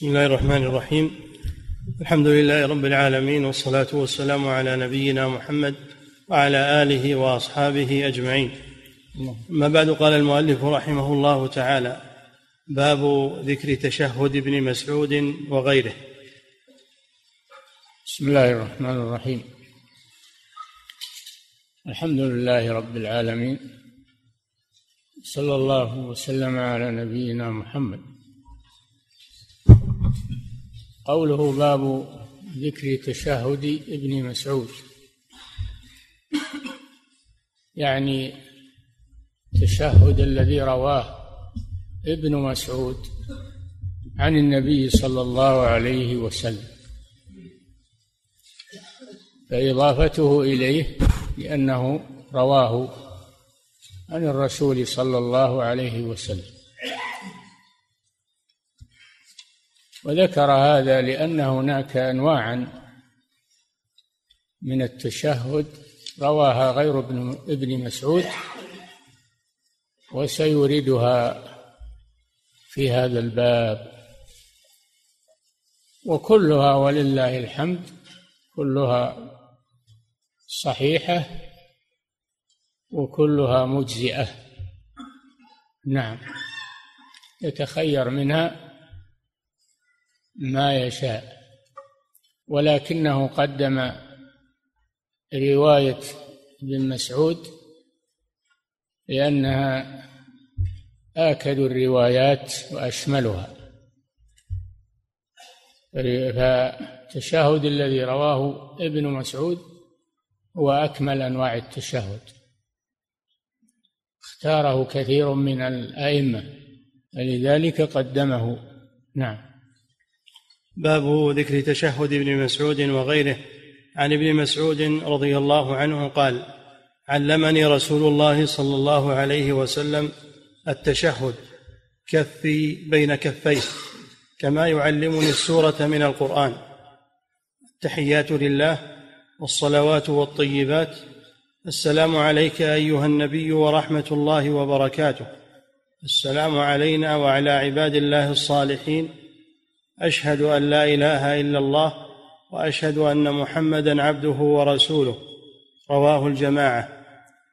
بسم الله الرحمن الرحيم. الحمد لله رب العالمين، والصلاة والسلام على نبينا محمد وعلى آله وأصحابه أجمعين. أما بعد، قال المؤلف رحمه الله تعالى: باب ذكر تشهد ابن مسعود وغيره. بسم الله الرحمن الرحيم. الحمد لله رب العالمين، صلى الله وسلم على نبينا محمد. قوله باب ذكر تشهد ابن مسعود، يعني التشهد الذي رواه ابن مسعود عن النبي صلى الله عليه وسلم، فإضافته إليه لأنه رواه عن الرسول صلى الله عليه وسلم. وذكر هذا لأن هناك أنواعا من التشهد رواها غير ابن مسعود، وسيوردها في هذا الباب، وكلها ولله الحمد كلها صحيحة وكلها مجزئة. نعم، يتخير منها ما يشاء، ولكنه قدم رواية ابن مسعود لأنها آكد الروايات وأشملها، فالتشهد الذي رواه ابن مسعود هو أكمل أنواع التشهد، اختاره كثير من الأئمة ولذلك قدمه. نعم. باب ذكر تشهد ابن مسعود وغيره. عن ابن مسعود رضي الله عنه قال: علمني رسول الله صلى الله عليه وسلم التشهد كفي بين كفيه كما يعلمني السورة من القرآن: التحيات لله والصلوات والطيبات، السلام عليك أيها النبي ورحمة الله وبركاته، السلام علينا وعلى عباد الله الصالحين، أشهد أن لا إله إلا الله وأشهد أن محمدا عبده ورسوله. رواه الجماعة.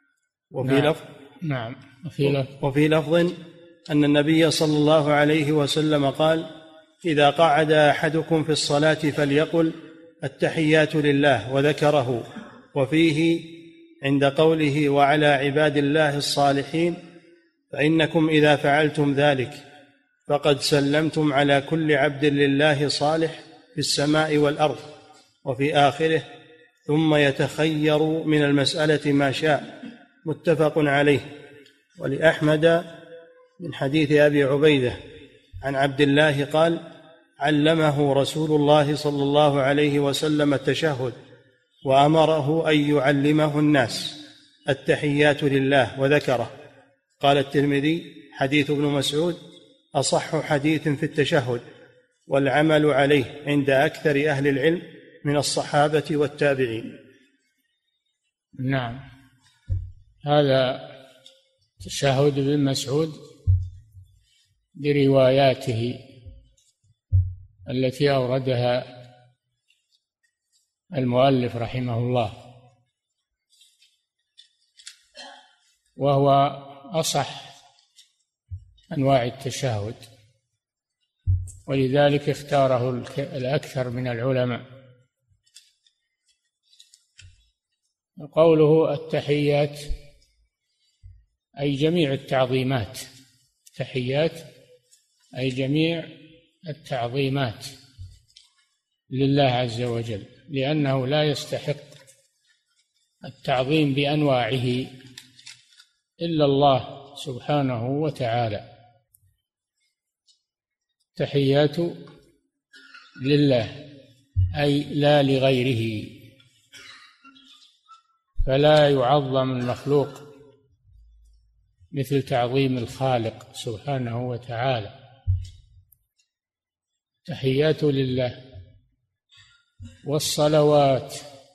وفي لفظ أن النبي صلى الله عليه وسلم قال: إذا قعد أحدكم في الصلاة فليقل التحيات لله، وذكره. وفيه عند قوله وعلى عباد الله الصالحين: فإنكم إذا فعلتم ذلك فقد سلمتم على كل عبد لله صالح في السماء والأرض. وفي آخره: ثم يتخير من المسألة ما شاء. متفق عليه. ولأحمد من حديث أبي عبيدة عن عبد الله قال: علمه رسول الله صلى الله عليه وسلم التشهد وأمره أن يعلمه الناس: التحيات لله، وذكره. قال الترمذي: حديث ابن مسعود أصح حديث في التشهد، والعمل عليه عند أكثر أهل العلم من الصحابة والتابعين. نعم، هذا تشهد ابن مسعود برواياته التي أوردها المؤلف رحمه الله، وهو أصح أنواع التشهد، ولذلك اختاره الأكثر من العلماء. قوله التحيات أي جميع التعظيمات، تحيات أي جميع التعظيمات لله عز وجل، لأنه لا يستحق التعظيم بأنواعه إلا الله سبحانه وتعالى. تحيات لله أي لا لغيره، فلا يعظم المخلوق مثل تعظيم الخالق سبحانه وتعالى. تحيات لله. والصلوات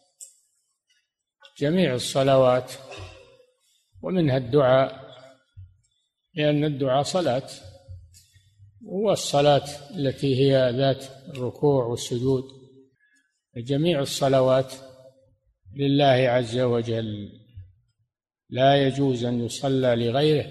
جميع الصلوات، ومنها الدعاء، لأن الدعاء صلاة، والصلاة التي هي ذات الركوع والسجود. جميع الصلوات لله عز وجل، لا يجوز أن يصلى لغيره.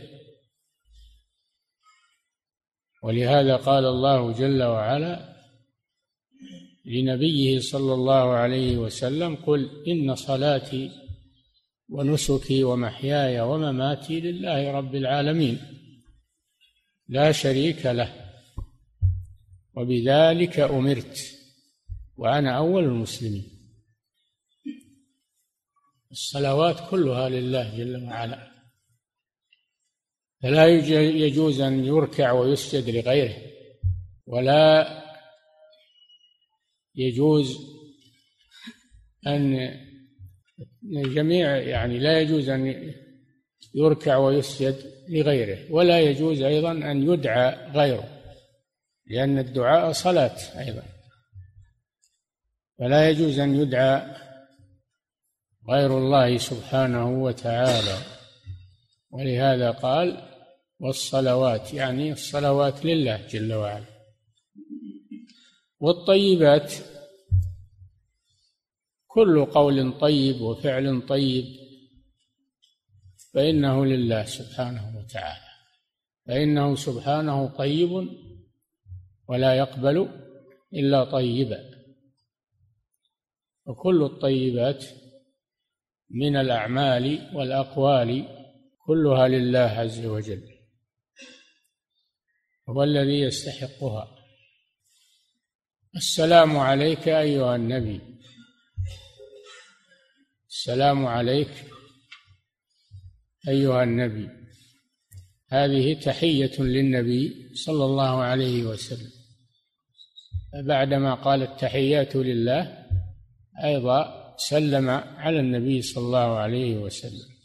ولهذا قال الله جل وعلا لنبيه صلى الله عليه وسلم: قل إن صلاتي ونسكي ومحياي ومماتي لله رب العالمين لا شريك له وبذلك أمرت وأنا أول المسلمين. الصلوات كلها لله جل وعلا، فلا يجوز أن يركع ويسجد لغيره، ولا يجوز أن لا يجوز أن يركع ويسجد لغيره، ولا يجوز أيضا أن يدعى غيره، لأن الدعاء صلاة أيضا، فلا يجوز أن يدعى غير الله سبحانه وتعالى. ولهذا قال: والصلوات، يعني الصلوات لله جل وعلا. والطيبات كل قول طيب وفعل طيب فإنه لله سبحانه وتعالى، فإنه سبحانه طيب ولا يقبل إلا طيبا. وكل الطيبات من الأعمال والأقوال كلها لله عز وجل، هو الذي يستحقها. السلام عليك أيها النبي، السلام عليك أيها النبي، هذه تحية للنبي صلى الله عليه وسلم. بعدما قال التحيات لله أيضا سلم على النبي صلى الله عليه وسلم.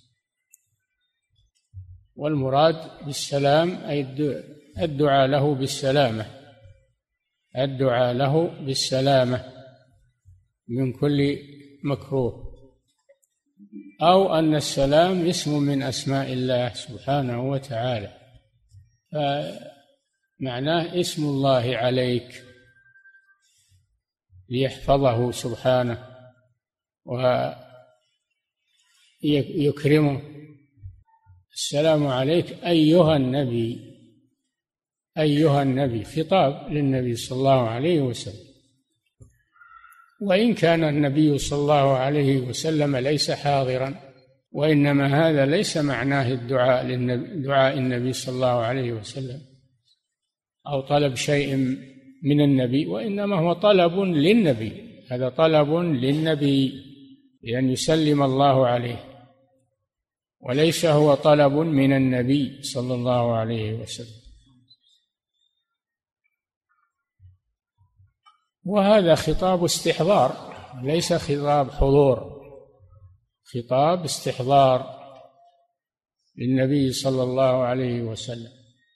والمراد بالسلام أي الدعاء له بالسلامة، الدعاء له بالسلامة من كل مكروه، أو أن السلام اسم من أسماء الله سبحانه وتعالى، فمعناه اسم الله عليك ليحفظه سبحانه ويكرمه. السلام عليك أيها النبي، أيها النبي خطاب للنبي صلى الله عليه وسلم، وإن كان النبي صلى الله عليه وسلم ليس حاضرا، وإنما هذا ليس معناه الدعاء دعاء النبي صلى الله عليه وسلم أو طلب شيء من النبي، وإنما هو طلب للنبي، هذا طلب للنبي لأن يسلم الله عليه، وليس هو طلب من النبي صلى الله عليه وسلم. وهذا خطاب استحضار ليس خطاب حضور، خطاب استحضار للنبي صلى الله عليه وسلم،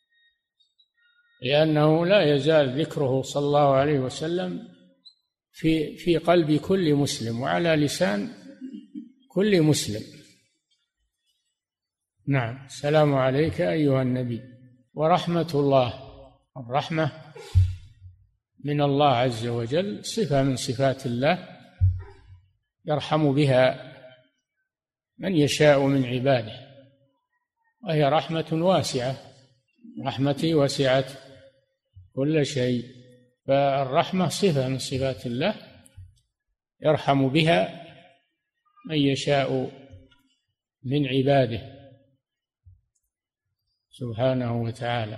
لأنه لا يزال ذكره صلى الله عليه وسلم في قلب كل مسلم وعلى لسان كل مسلم. نعم. السلام عليك أيها النبي. ورحمة الله، الرحمة من الله عز وجل صفة من صفات الله يرحم بها من يشاء من عباده، وهي رحمة واسعة، رحمتي وسعت كل شيء، فالرحمة صفة من صفات الله يرحم بها من يشاء من عباده سبحانه وتعالى.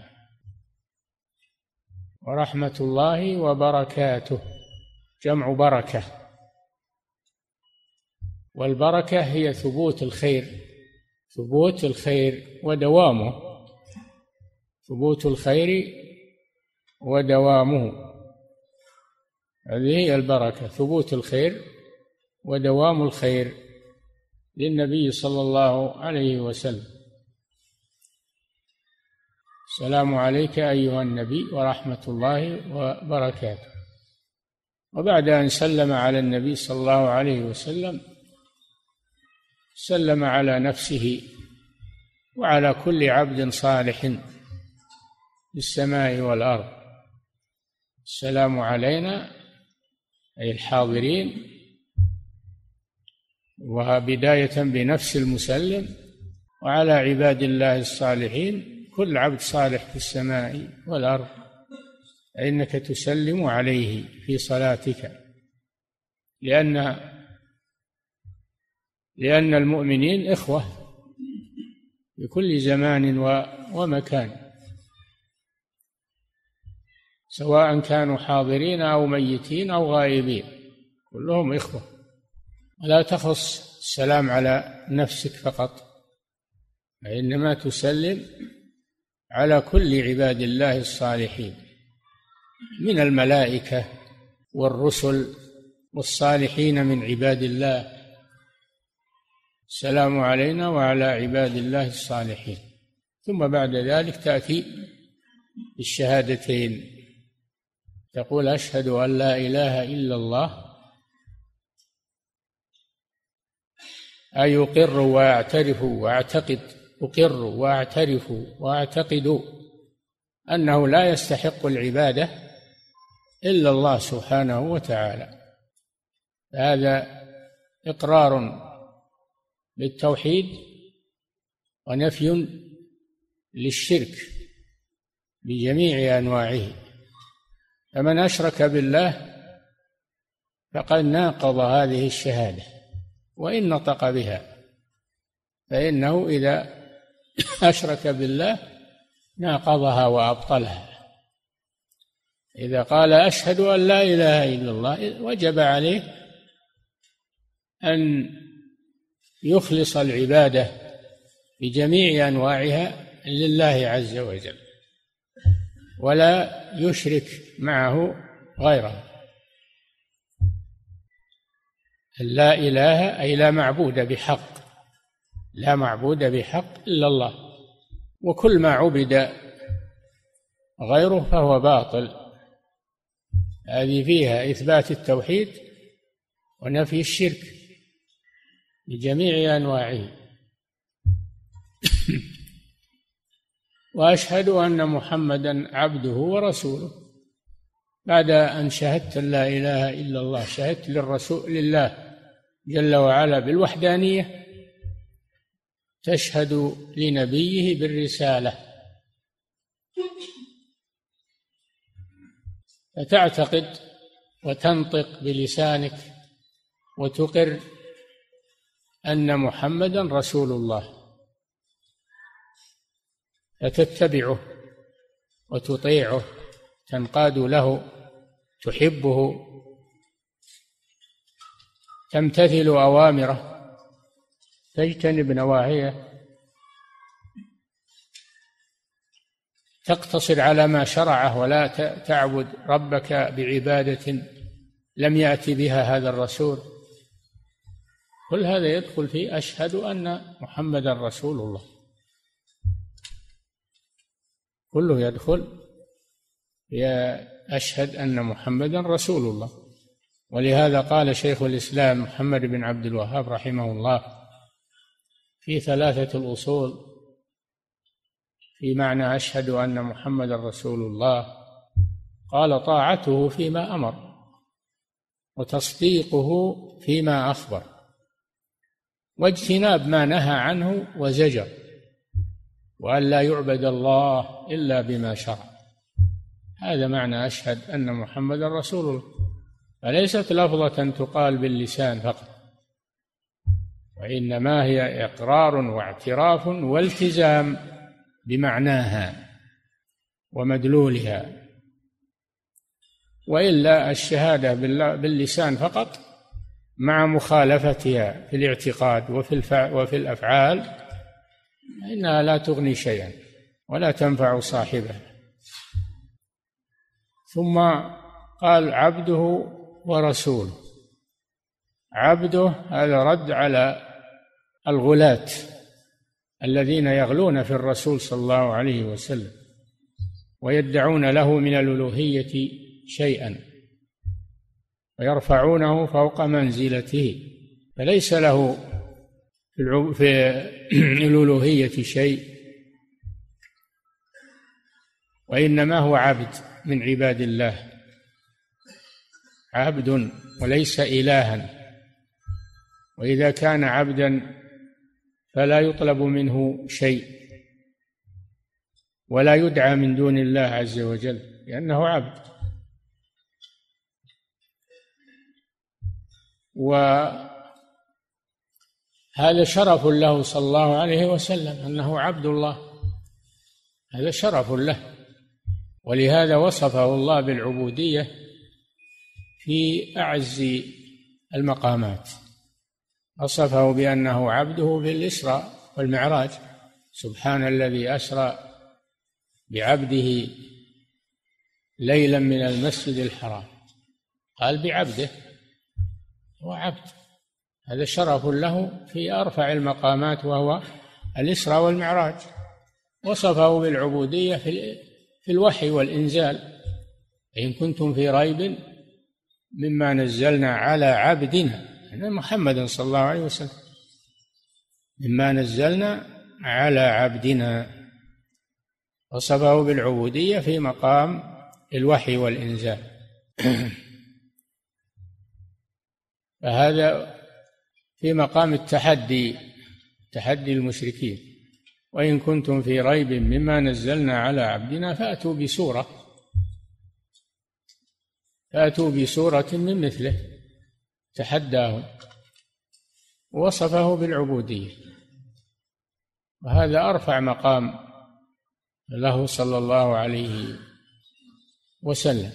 ورحمة الله وبركاته جمع بركة، والبركة هي ثبوت الخير، ثبوت الخير ودوامه، ثبوت الخير ودوامه، هذه هي البركة، ثبوت الخير ودوام الخير للنبي صلى الله عليه وسلم. السلام عليك أيها النبي ورحمة الله وبركاته. وبعد أن سلم على النبي صلى الله عليه وسلم سلم على نفسه وعلى كل عبد صالح بالسماء والأرض. السلام علينا أي الحاضرين، وبداية بنفس المسلم، وعلى عباد الله الصالحين، كل عبد صالح في السماء والأرض إنك تسلم عليه في صلاتك، لأن المؤمنين إخوة في كل زمان ومكان، سواء كانوا حاضرين أو ميتين أو غائبين، كلهم إخوة. لا تخص السلام على نفسك فقط، وإنما تسلم على كل عباد الله الصالحين من الملائكة والرسل والصالحين من عباد الله. السلام علينا وعلى عباد الله الصالحين. ثم بعد ذلك تأتي بالشهادتين، تقول أشهد أن لا إله إلا الله، أي أقر وأعترف وأعتقد، أقر وأعترف وأعتقد أنه لا يستحق العبادة إلا الله سبحانه وتعالى. هذا إقرار بالتوحيد ونفي للشرك بجميع أنواعه. فمن أشرك بالله فقد ناقض هذه الشهادة، وإن نطق بها، فإنه إذا أشرك بالله ناقضها وأبطلها. إذا قال أشهد أن لا إله إلا الله وجب عليه أن يخلص العبادة بجميع أنواعها لله عز وجل، ولا يشرك معه غيره. لا إله أي لا معبود بحق، لا معبود بحق إلا الله، وكل ما عبد غيره فهو باطل. هذه فيها إثبات التوحيد ونفي الشرك بجميع أنواعه. وأشهد أن محمدا عبده ورسوله. بعد أن شهدت لا إله إلا الله، شهدت لله جل وعلا بالوحدانية، تشهد لنبيه بالرسالة، فتعتقد وتنطق بلسانك وتقر أن محمدا رسول الله، فتتبعه وتطيعه، تنقاد له، تحبه، تمتثل أوامره، تجتنب نواهيه، تقتصر على ما شرعه، ولا تعبد ربك بعبادة لم يأت بها هذا الرسول. كل هذا يدخل في أشهد أن محمدا رسول الله، كله يدخل يا أشهد أن محمدا رسول الله. ولهذا قال شيخ الإسلام محمد بن عبد الوهاب رحمه الله في 3 الأصول في معنى أشهد أن محمدا رسول الله، قال طاعته فيما أمر، وتصديقه فيما أخبر، واجتناب ما نهى عنه وزجر، وأن لا يعبد الله إلا بما شرع. هذا معنى أشهد أن محمدا رسول الله، فليست لفظة تقال باللسان فقط، وإنما هي إقرار واعتراف والتزام بمعناها ومدلولها. وإلا الشهادة باللسان فقط مع مخالفتها في الاعتقاد وفي الأفعال إنها لا تغني شيئا ولا تنفع صاحبها. ثم قال عبده ورسوله. عبده هذا رد على الغلاة الذين يغلون في الرسول صلى الله عليه وسلم ويدعون له من الألوهية شيئا ويرفعونه فوق منزلته، فليس له في الألوهية شيء، وإنما هو عبد من عباد الله، عبد وليس إلها. وإذا كان عبدا فلا يطلب منه شيء ولا يدعى من دون الله عز وجل، لأنه عبد. وهذا شرف له صلى الله عليه وسلم أنه عبد الله، هذا شرف له، ولهذا وصفه الله بالعبودية في أعز المقامات، وصفه بأنه عبده في الإسراء والمعراج. سبحان الذي أسرى بعبده ليلا من المسجد الحرام، قال بعبده، هو عبد، هذا شرف له في أرفع المقامات وهو الإسراء والمعراج. وصفه بالعبودية في الوحي والإنزال: إن كنتم في ريب مما نزلنا على عبدنا، يعني محمد صلى الله عليه وسلم، مما نزلنا على عبدنا. وصفه بالعبودية في مقام الوحي والإنزال. فهذا في مقام التحدي، تحدي المشركين: وإن كنتم في ريب مما نزلنا على عبدنا فأتوا بسورة من مثله، تحداهم، وصفه بالعبودية. وهذا أرفع مقام له صلى الله عليه وسلم.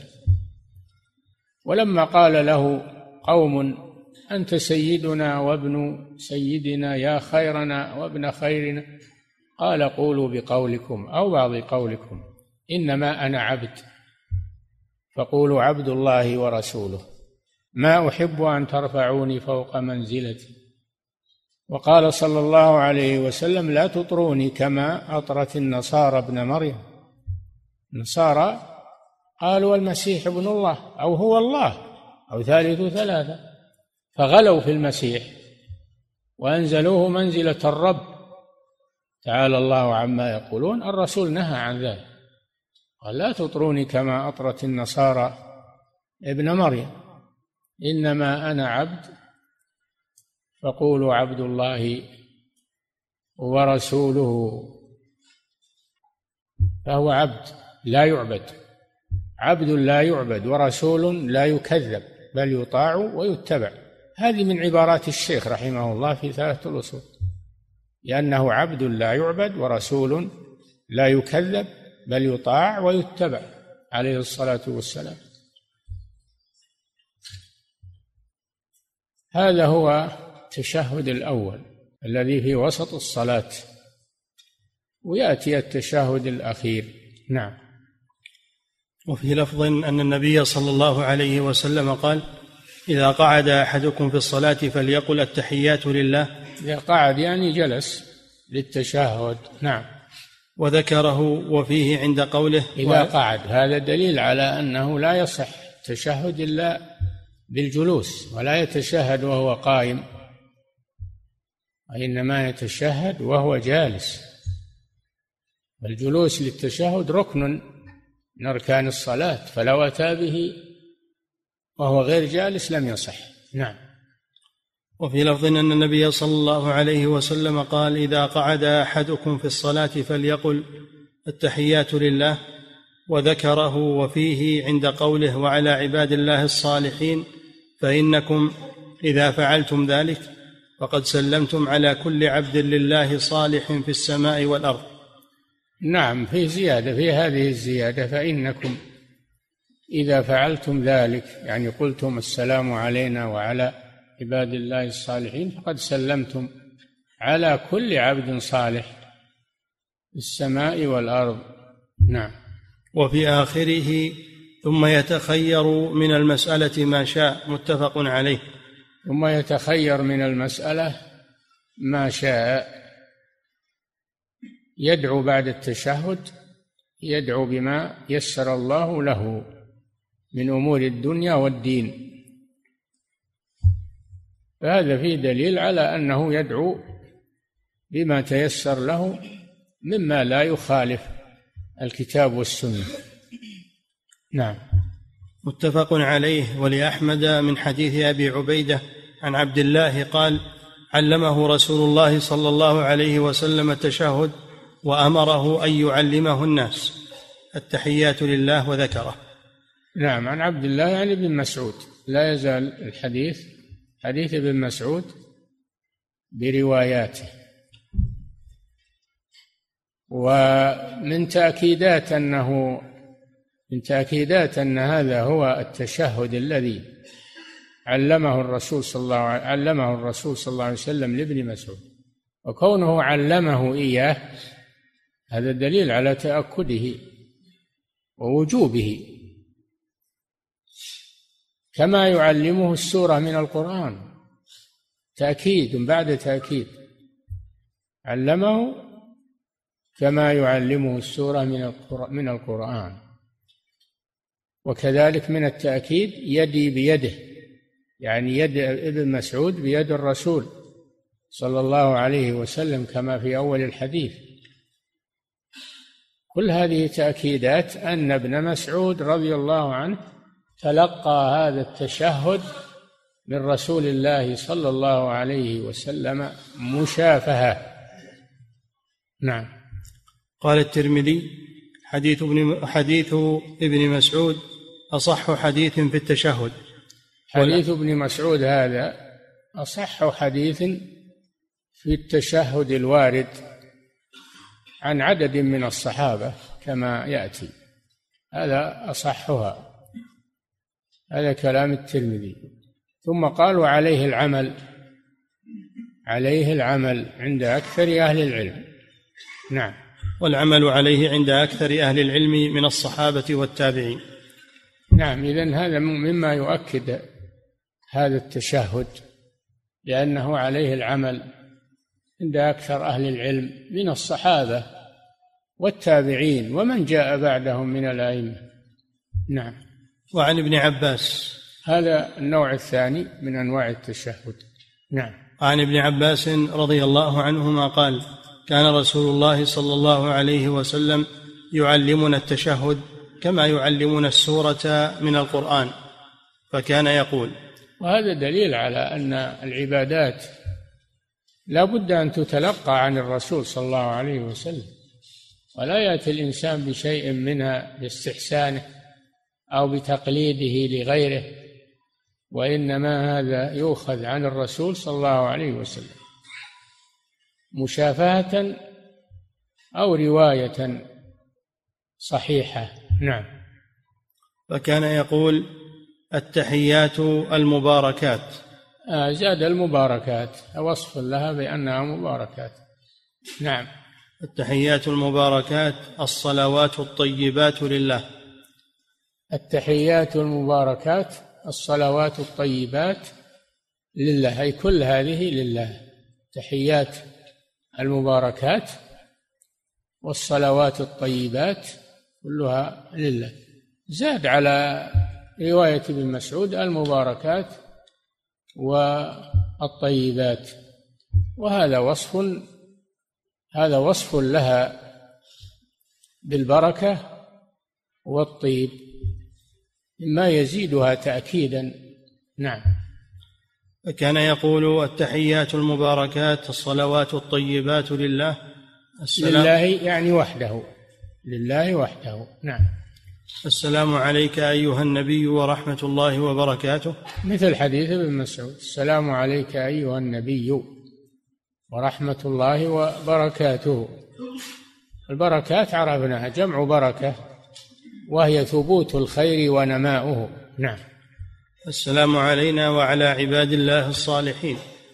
ولما قال له قوم: أنت سيدنا وابن سيدنا، يا خيرنا وابن خيرنا، قال: قولوا بقولكم أو بعض قولكم، إنما أنا عبد، فقولوا عبد الله ورسوله، ما أحب أن ترفعوني فوق منزلتي. وقال صلى الله عليه وسلم: لا تطروني كما أطرت النصارى ابن مريم. النصارى قالوا المسيح ابن الله، أو هو الله، أو ثالث ثلاثة، فغلوا في المسيح وأنزلوه منزلة الرب، تعالى الله عما يقولون. الرسول نهى عن ذلك، قال: لا تطروني كما أطرت النصارى ابن مريم، إنما أنا عبد، فقولوا عبد الله ورسوله. فهو عبد لا يعبد، عبد لا يعبد، ورسول لا يكذب، بل يطاع ويتبع. هذه من عبارات الشيخ رحمه الله في ثلاثة الأصول، لأنه عبد لا يعبد، ورسول لا يكذب، بل يطاع ويتبع، عليه الصلاة والسلام. هذا هو التشهد الأول الذي في وسط الصلاة، ويأتي التشهد الأخير. نعم. وفي لفظ أن النبي صلى الله عليه وسلم قال: إذا قعد أحدكم في الصلاة فليقل التحيات لله. إذا قعد يعني جلس للتشهد. نعم. وذكره وفيه عند قوله إذا قعد، هذا دليل على أنه لا يصح التشهد إلا بالجلوس، ولا يتشهد وهو قائم، وإنما يتشهد وهو جالس. الجلوس للتشهد ركن من أركان الصلاة، فلو أتى به وهو غير جالس لم يصح. نعم. وفي لفظ أن النبي صلى الله عليه وسلم قال: إذا قعد أحدكم في الصلاة فليقل التحيات لله. وذكره وفيه عند قوله: وعلى عباد الله الصالحين، فإنكم إذا فعلتم ذلك فقد سلمتم على كل عبد لله صالح في السماء والأرض. نعم، في زيادة في هذه الزيادة: فإنكم إذا فعلتم ذلك، يعني قلتم السلام علينا وعلى عباد الله الصالحين، فقد سلمتم على كل عبد صالح في السماء والأرض. نعم. وفي آخره: ثم يتخير من المسألة ما شاء، متفق عليه. ثم يتخير من المسألة ما شاء، يدعو بعد التشهد، يدعو بما يسر الله له من أمور الدنيا والدين. فهذا فيه دليل على أنه يدعو بما تيسر له مما لا يخالف الكتاب والسنة. نعم. متفق عليه. ولأحمد من حديث أبي عبيدة عن عبد الله قال: علمه رسول الله صلى الله عليه وسلم التشهد وأمره أن يعلمه الناس. التحيات لله وذكره. نعم. عن عبد الله يعني ابن مسعود. لا يزال الحديث حديث ابن مسعود برواياته. ومن تأكيدات أن هذا هو التشهد الذي علمه الرسول صلى الله عليه وسلم لابن مسعود، وكونه علمه إياه هذا دليل على تأكده ووجوبه، كما يعلمه السورة من القرآن، تأكيد بعد تأكيد. علمه كما يعلمه السورة من القرآن. وكذلك من التأكيد يدي بيده، يعني يد ابن مسعود بيد الرسول صلى الله عليه وسلم كما في أول الحديث. كل هذه تأكيدات أن ابن مسعود رضي الله عنه تلقى هذا التشهد من رسول الله صلى الله عليه وسلم مشافهة. نعم. قال الترمذي: حديث ابن مسعود أصح حديث في التشهد. حديث ابن مسعود هذا أصح حديث في التشهد الوارد عن عدد من الصحابة كما يأتي، هذا أصحها. هذا كلام الترمذي. ثم قالوا عليه العمل عند أكثر أهل العلم. نعم. والعمل عليه عند أكثر أهل العلم من الصحابة والتابعين. نعم. إذن هذا مما يؤكد هذا التشهد، لأنه عليه العمل عند أكثر أهل العلم من الصحابة والتابعين ومن جاء بعدهم من الأئمة. نعم. وعن ابن عباس، هذا النوع الثاني من أنواع التشهد. نعم. عن ابن عباس رضي الله عنهما قال: كان رسول الله صلى الله عليه وسلم يعلمنا التشهد كما يعلمنا السورة من القرآن، فكان يقول. وهذا دليل على أن العبادات لا بد أن تتلقى عن الرسول صلى الله عليه وسلم، ولا يأتي الإنسان بشيء منها باستحسانه أو بتقليده لغيره، وإنما هذا يؤخذ عن الرسول صلى الله عليه وسلم مشافهة أو رواية صحيحة. نعم. فكان يقول: التحيات المباركات. زاد المباركات، وصف لها بأنها مباركات. نعم. التحيات المباركات الصلوات الطيبات لله. التحيات المباركات الصلوات الطيبات لله، أي كل هذه لله. تحيات المباركات والصلوات الطيبات كلها لله. زاد على رواية ابن مسعود المباركات والطيبات، وهذا وصف لها بالبركة والطيب مما يزيدها تأكيدا. نعم. فكان يقول: التحيات المباركات الصلوات الطيبات لله. لله يعني وحده، لله وحده. نعم. السلام عليك أيها النبي ورحمة الله وبركاته، مثل حديث ابن مسعود: السلام عليك أيها النبي ورحمة الله وبركاته. البركات عرفناها جمع بركة، وهي ثبوت الخير ونماؤه. نعم. السلام علينا وعلى عباد الله الصالحين.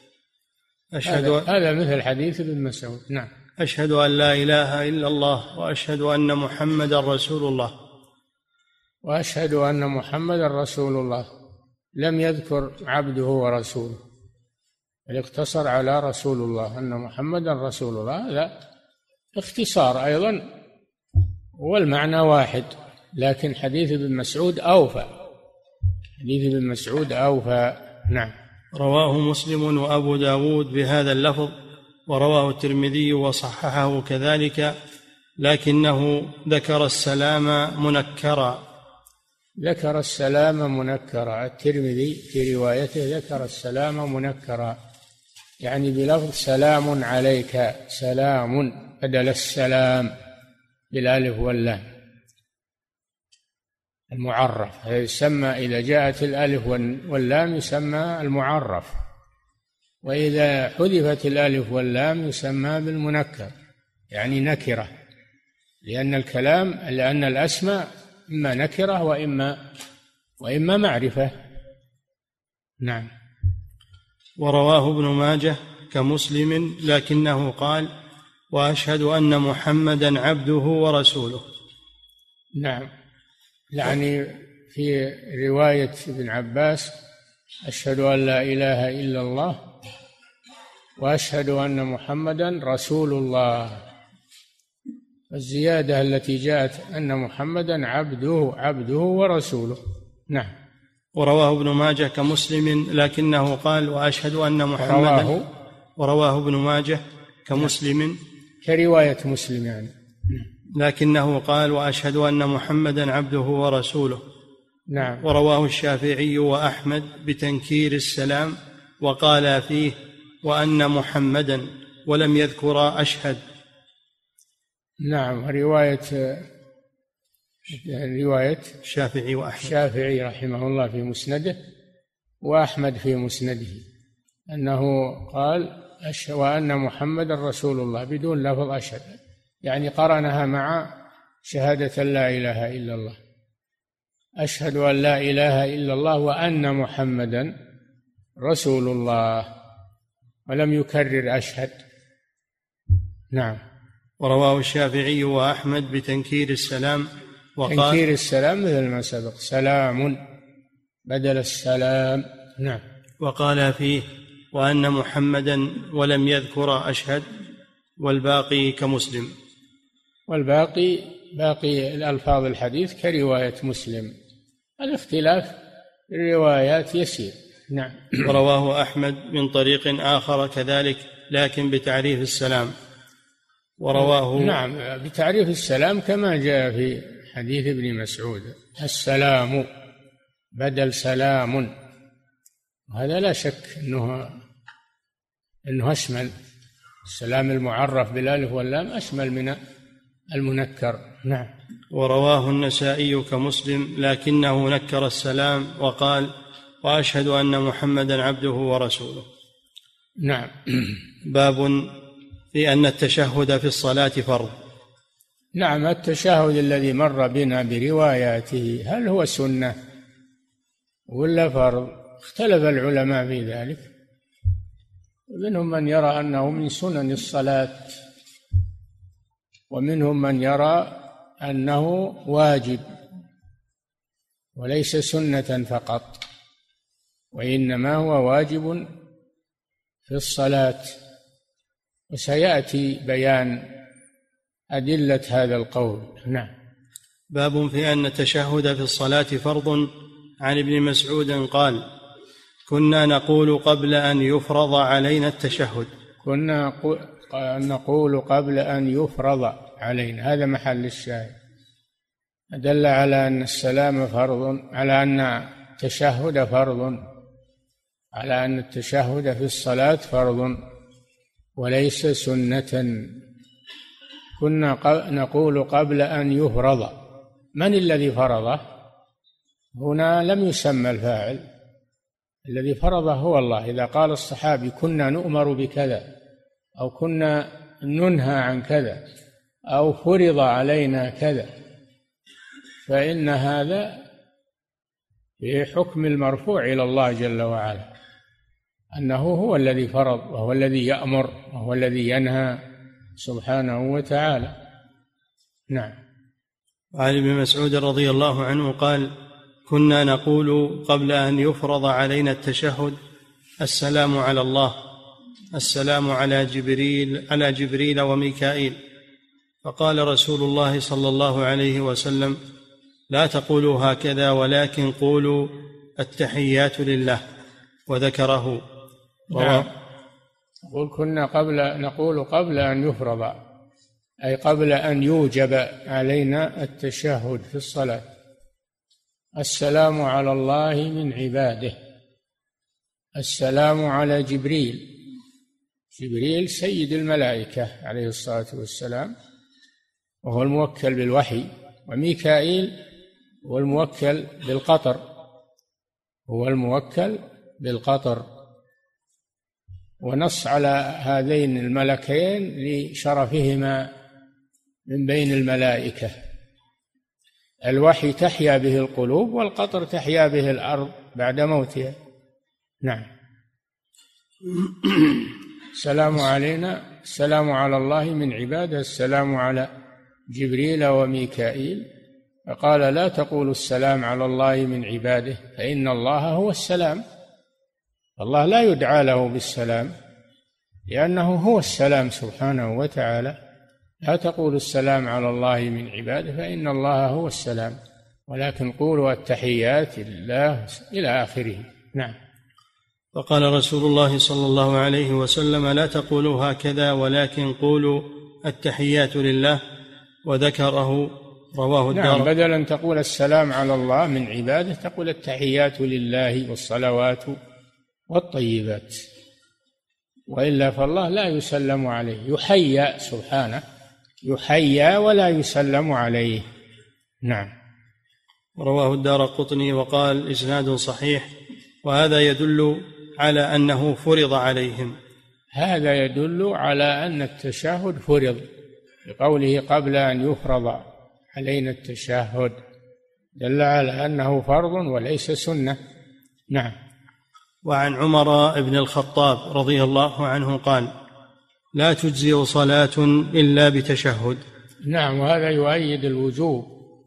هذا مثل حديث ابن مسعود. نعم. أشهد أن لا إله إلا الله وأشهد أن محمدا رسول الله. وأشهد أن محمدا رسول الله، لم يذكر عبده ورسوله، بل اقتصر على رسول الله، أن محمدا رسول الله. هذا اختصار أيضا والمعنى واحد، لكن حديث ابن مسعود أوفى. حديث ابن مسعود أوفى. نعم. رواه مسلم وأبو داود بهذا اللفظ، ورواه الترمذي وصححه كذلك لكنه ذكر السلام منكرا. ذكر السلام منكرا. الترمذي في روايته ذكر السلام منكرا، يعني بلفظ سلام عليك، سلام بدل السلام بالالف واللام المعرف، يسمى إذا جاءت الالف واللام يسمى المعرف، وإذا حذفت الالف واللام يسمى بالمنكر، يعني نكرة، لأن الأسماء إما نكرة وإما معرفة. نعم. ورواه ابن ماجه كمسلم لكنه قال: وأشهد أن محمدا عبده ورسوله. نعم، يعني في رواية ابن عباس: أشهد أن لا إله إلا الله وأشهد أن محمدا رسول الله. الزيادة التي جاءت أن محمدا عبده ورسوله. نعم. ورواه ابن ماجه كمسلم لكنه قال: وأشهد أن محمدا. ورواه ابن ماجه كمسلم كرواية مسلم يعني، لكنه قال: وأشهد أن محمدا عبده ورسوله. نعم. ورواه الشافعي وأحمد بتنكير السلام، وقال فيه: وأن محمدا، ولم يذكر أشهد. نعم. رواية الشافعي وأحمد، الشافعي رحمه الله في مسنده، وأحمد في مسنده، أنه قال: وأن محمدا رسول الله بدون لفظ أشهد، يعني قرنها مع شهادة لا إله إلا الله. أشهد أن لا إله إلا الله وأن محمدا رسول الله، ولم يكرر أشهد. نعم. ورواه الشافعي وأحمد بتنكير السلام، وقال: تنكير السلام مثل ما سبق، سلام بدل السلام. نعم. وقال فيه: وأن محمدا، ولم يذكر أشهد، والباقي كمسلم. والباقي باقي الألفاظ الحديث كرواية مسلم، الاختلاف الروايات يسير. نعم. ورواه أحمد من طريق آخر كذلك، لكن بتعريف السلام. ورواه نعم بتعريف السلام كما جاء في حديث ابن مسعود: السلام بدل سلام. وهذا لا شك أنه أشمل، السلام المعرف بالألف واللام أشمل من المنكر. نعم. ورواه النسائي كمسلم لكنه نكر السلام وقال: وأشهد أن محمدا عبده ورسوله. نعم. باب في أن التشهد في الصلاة فرض. نعم. التشهد الذي مر بنا برواياته هل هو سنة ولا فرض؟ اختلف العلماء في ذلك، ومنهم من يرى أنه من سنن الصلاة، ومنهم من يرى أنه واجب وليس سنة فقط، وإنما هو واجب في الصلاة، وسيأتي بيان أدلة هذا القول. نعم. باب في أن التشهد في الصلاة فرض. عن ابن مسعود قال: كنا نقول قبل أن يفرض علينا التشهد. كنا نقول قبل أن يفرض علينا، هذا محل الشاهد، دل على أن السلام فرض، على أن التشهد فرض، على أن التشهد في الصلاة فرض وليس سنة. كنا نقول قبل أن يفرض. من الذي فرضه؟ هنا لم يسمى الفاعل، الذي فرضه هو الله. إذا قال الصحابي: كنا نؤمر بكذا، أو كنا ننهى عن كذا، أو فرض علينا كذا، فإن هذا في حكم المرفوع إلى الله جل وعلا، أنه هو الذي فرض، وهو الذي يأمر، وهو الذي ينهى سبحانه وتعالى. نعم. وعن ابن مسعود رضي الله عنه قال: كنا نقول قبل أن يفرض علينا التشهد: السلام على الله، السلام على جبريل وميكائيل. فقال رسول الله صلى الله عليه وسلم: لا تقولوا هكذا، ولكن قولوا التحيات لله، وذكره. نعم. نقول قبل أن يفرض أي قبل أن يوجب علينا التشهد في الصلاة. السلام على الله من عباده. السلام على جبريل. جبريل سيد الملائكة عليه الصلاة والسلام، وهو الموكل بالوحي. وميكائيل هو الموكل بالقطر، هو الموكل بالقطر. ونص على هذين الملكين لشرفهما من بين الملائكة. الوحي تحيا به القلوب، والقطر تحيا به الأرض بعد موتها. نعم. السلام علينا، السلام على الله من عباده، السلام على جبريل وميكائيل. فقال: لا تقولوا السلام على الله من عباده فإن الله هو السلام. الله لا يدعى له بالسلام لأنه هو السلام سبحانه وتعالى. لا تقولوا السلام على الله من عباده فإن الله هو السلام، ولكن قولوا التحيات لله إلى آخره. نعم. فقال رسول الله صلى الله عليه وسلم: لا تقولوا هكذا ولكن قولوا التحيات لله، وذكره. رواه الدار. نعم، بدل أن تقول السلام على الله من عباده تقول التحيات لله والصلوات والطيبات، وإلا فالله لا يسلم عليه، يحيى سبحانه، يحيى ولا يسلم عليه. نعم. رواه الدارقطني وقال: إسناد صحيح. وهذا يدل على أنه فرض عليهم. هذا يدل على أن التشهد فرض، بقوله قبل أن يفرض علينا التشهد، دل على أنه فرض وليس سنة. نعم. وعن عمر بن الخطاب رضي الله عنه قال: لا تجزئ صلاة إلا بتشهد. نعم، وهذا يؤيد الوجوب.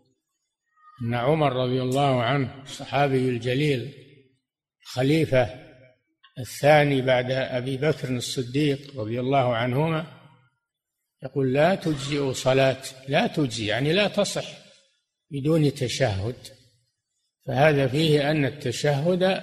أن عمر رضي الله عنه الصحابي الجليل خليفة الثاني بعد أبي بكر الصديق رضي الله عنهما يقول: لا تجزئ صلاة، لا تجزي يعني لا تصح بدون تشهد. فهذا فيه أن التشهد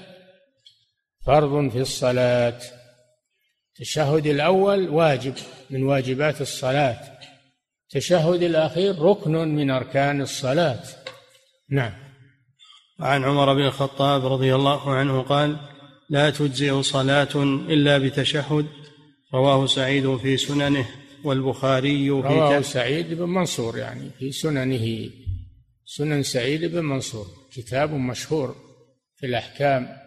فرض في الصلاة. التشهد الأول واجب من واجبات الصلاة، التشهد الأخير ركن من أركان الصلاة. نعم. عن عمر بن الخطاب رضي الله عنه قال: لا تجزئ صلاة إلا بتشهد. رواه سعيد في سننه والبخاري في رواه سعيد بن منصور، يعني في سننه، سنن سعيد بن منصور كتاب مشهور في الأحكام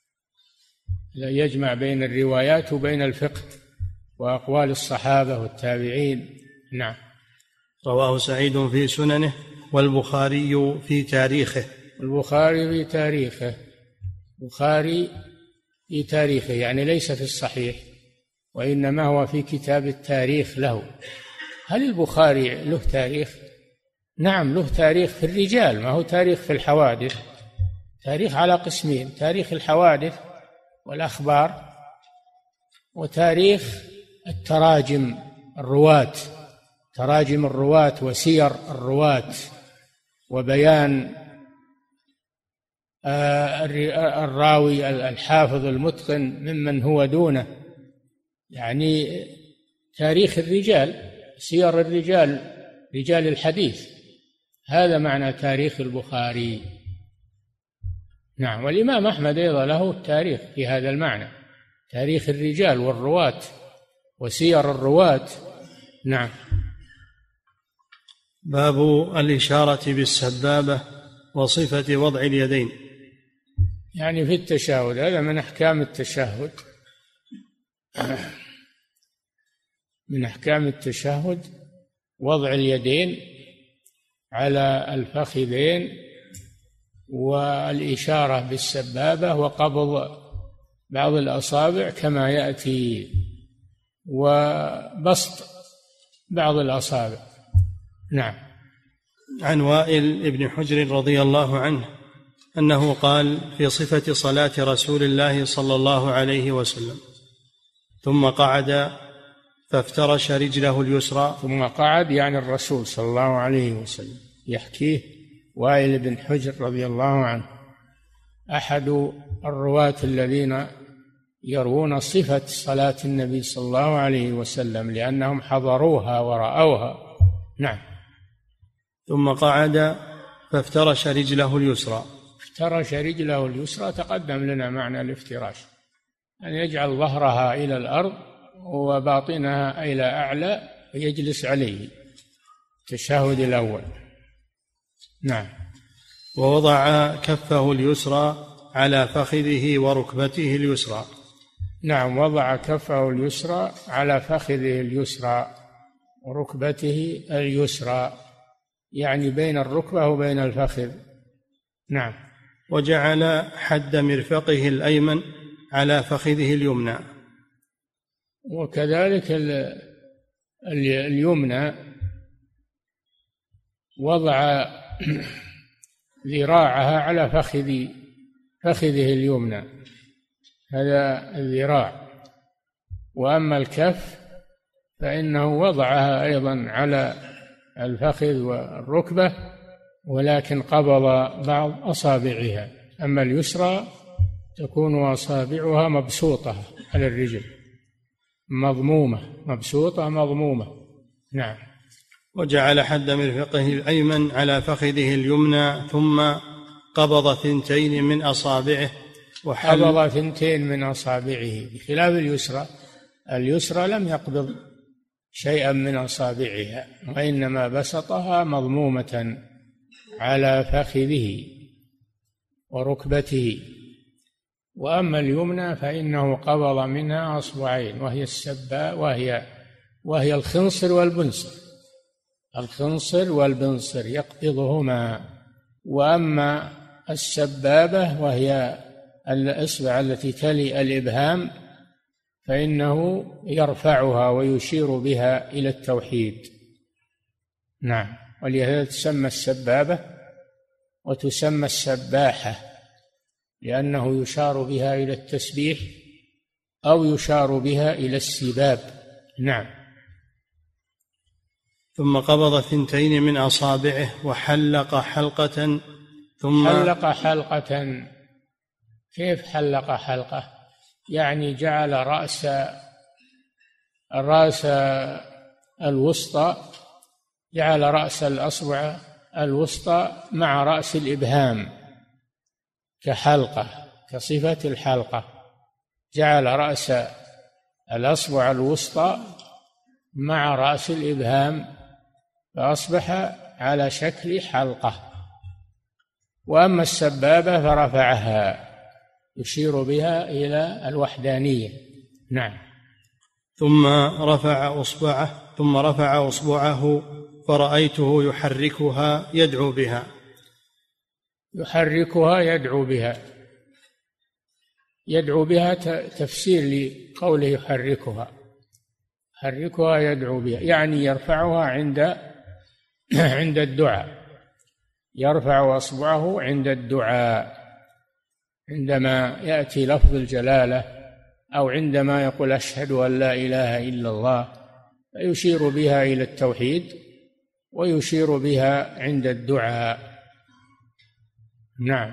يجمع بين الروايات وبين الفقه وأقوال الصحابة والتابعين. نعم. رواه سعيد في سننه والبخاري في تاريخه. البخاري في تاريخه، البخاري في تاريخه يعني ليس في الصحيح، وإنما هو في كتاب التاريخ له. هل البخاري له تاريخ؟ نعم له تاريخ في الرجال، ما هو تاريخ في الحوادث. تاريخ على قسمين: تاريخ الحوادث والأخبار، وتاريخ التراجم الرواة، تراجم الرواة وسير الرواة وبيان الراوي الحافظ المتقن ممن هو دونه، يعني تاريخ الرجال، سير الرجال، رجال الحديث. هذا معنى تاريخ البخاري. نعم. والإمام أحمد أيضا له التاريخ في هذا المعنى، تاريخ الرجال والرواة وسير الرواة. نعم. باب الإشارة بالسبابة وصفة وضع اليدين. يعني في التشهد، هذا من أحكام التشهد، من أحكام التشهد وضع اليدين على الفخذين والإشارة بالسبابة وقبض بعض الأصابع كما يأتي وبسط بعض الأصابع. نعم. عن وائل بن حجر رضي الله عنه أنه قال في صفة صلاة رسول الله صلى الله عليه وسلم: ثم قعد فافترش رجله اليسرى. ثم قعد يعني الرسول صلى الله عليه وسلم، يحكيه وائل بن حجر رضي الله عنه، أحد الرواة الذين يروون صفة صلاة النبي صلى الله عليه وسلم، لأنهم حضروها ورأوها نعم. ثم قعد فافترش رجله اليسرى. افترش رجله اليسرى، تقدم لنا معنى الافتراش، أن يجعل ظهرها إلى الأرض وباطنها إلى أعلى ويجلس عليه. التشهد الأول. نعم. ووضع كفه اليسرى على فخذه وركبته اليسرى. نعم، وضع كفه اليسرى على فخذه اليسرى وركبته اليسرى، يعني بين الركبة وبين الفخذ. نعم. وجعل حد مرفقه الأيمن على فخذه اليمنى. وكذلك اليمنى وضع ذراعها على فخذه اليمنى، هذا الذراع. وأما الكف فإنه وضعها أيضا على الفخذ والركبة، ولكن قبض بعض أصابعها. أما اليسرى تكون أصابعها مبسوطة على الرجل، مضمومة، مبسوطة مضمومة. نعم. وجعل حد مرفقه الأيمن على فخذه اليمنى، ثم قبض 2 من أصابعه قبض 2 من أصابعه، بخلاف اليسرى. اليسرى لم يقبض شيئا من أصابعها، وإنما بسطها مضمومة على فخذه وركبته. وأما اليمنى فإنه قبض منها أصبعين، وهي السباء، وهي الخنصر والبنصر. الخنصر والبنصر يقبضهما. وأما السبابة وهي الإصبع التي تلي الإبهام فإنه يرفعها ويشير بها إلى التوحيد. نعم. ولهذا تسمى السبابة وتسمى السباحة، لأنه يشار بها إلى التسبيح أو يشار بها إلى السباب. نعم. ثم قبض 2 من أصابعه وحلق حلقة. حلق حلقة. كيف حلق حلقة؟ يعني جعل الرأس الوسطى، جعل رأس الأصبع الوسطى مع رأس الإبهام كحلقة، كصفة الحلقة. جعل رأس الأصبع الوسطى مع رأس الإبهام فأصبح على شكل حلقة. وأما السبابة فرفعها يشير بها إلى الوحدانية. نعم. ثم رفع أصبعه فرأيته يحركها يدعو بها. يحركها يدعو بها. يدعو بها تفسير لقوله يحركها. يحركها يدعو بها، يعني يرفعها عند الدعاء. يرفع أصبعه عند الدعاء، عندما يأتي لفظ الجلالة أو عندما يقول أشهد أن لا إله إلا الله، فيشير بها إلى التوحيد ويشير بها عند الدعاء. نعم.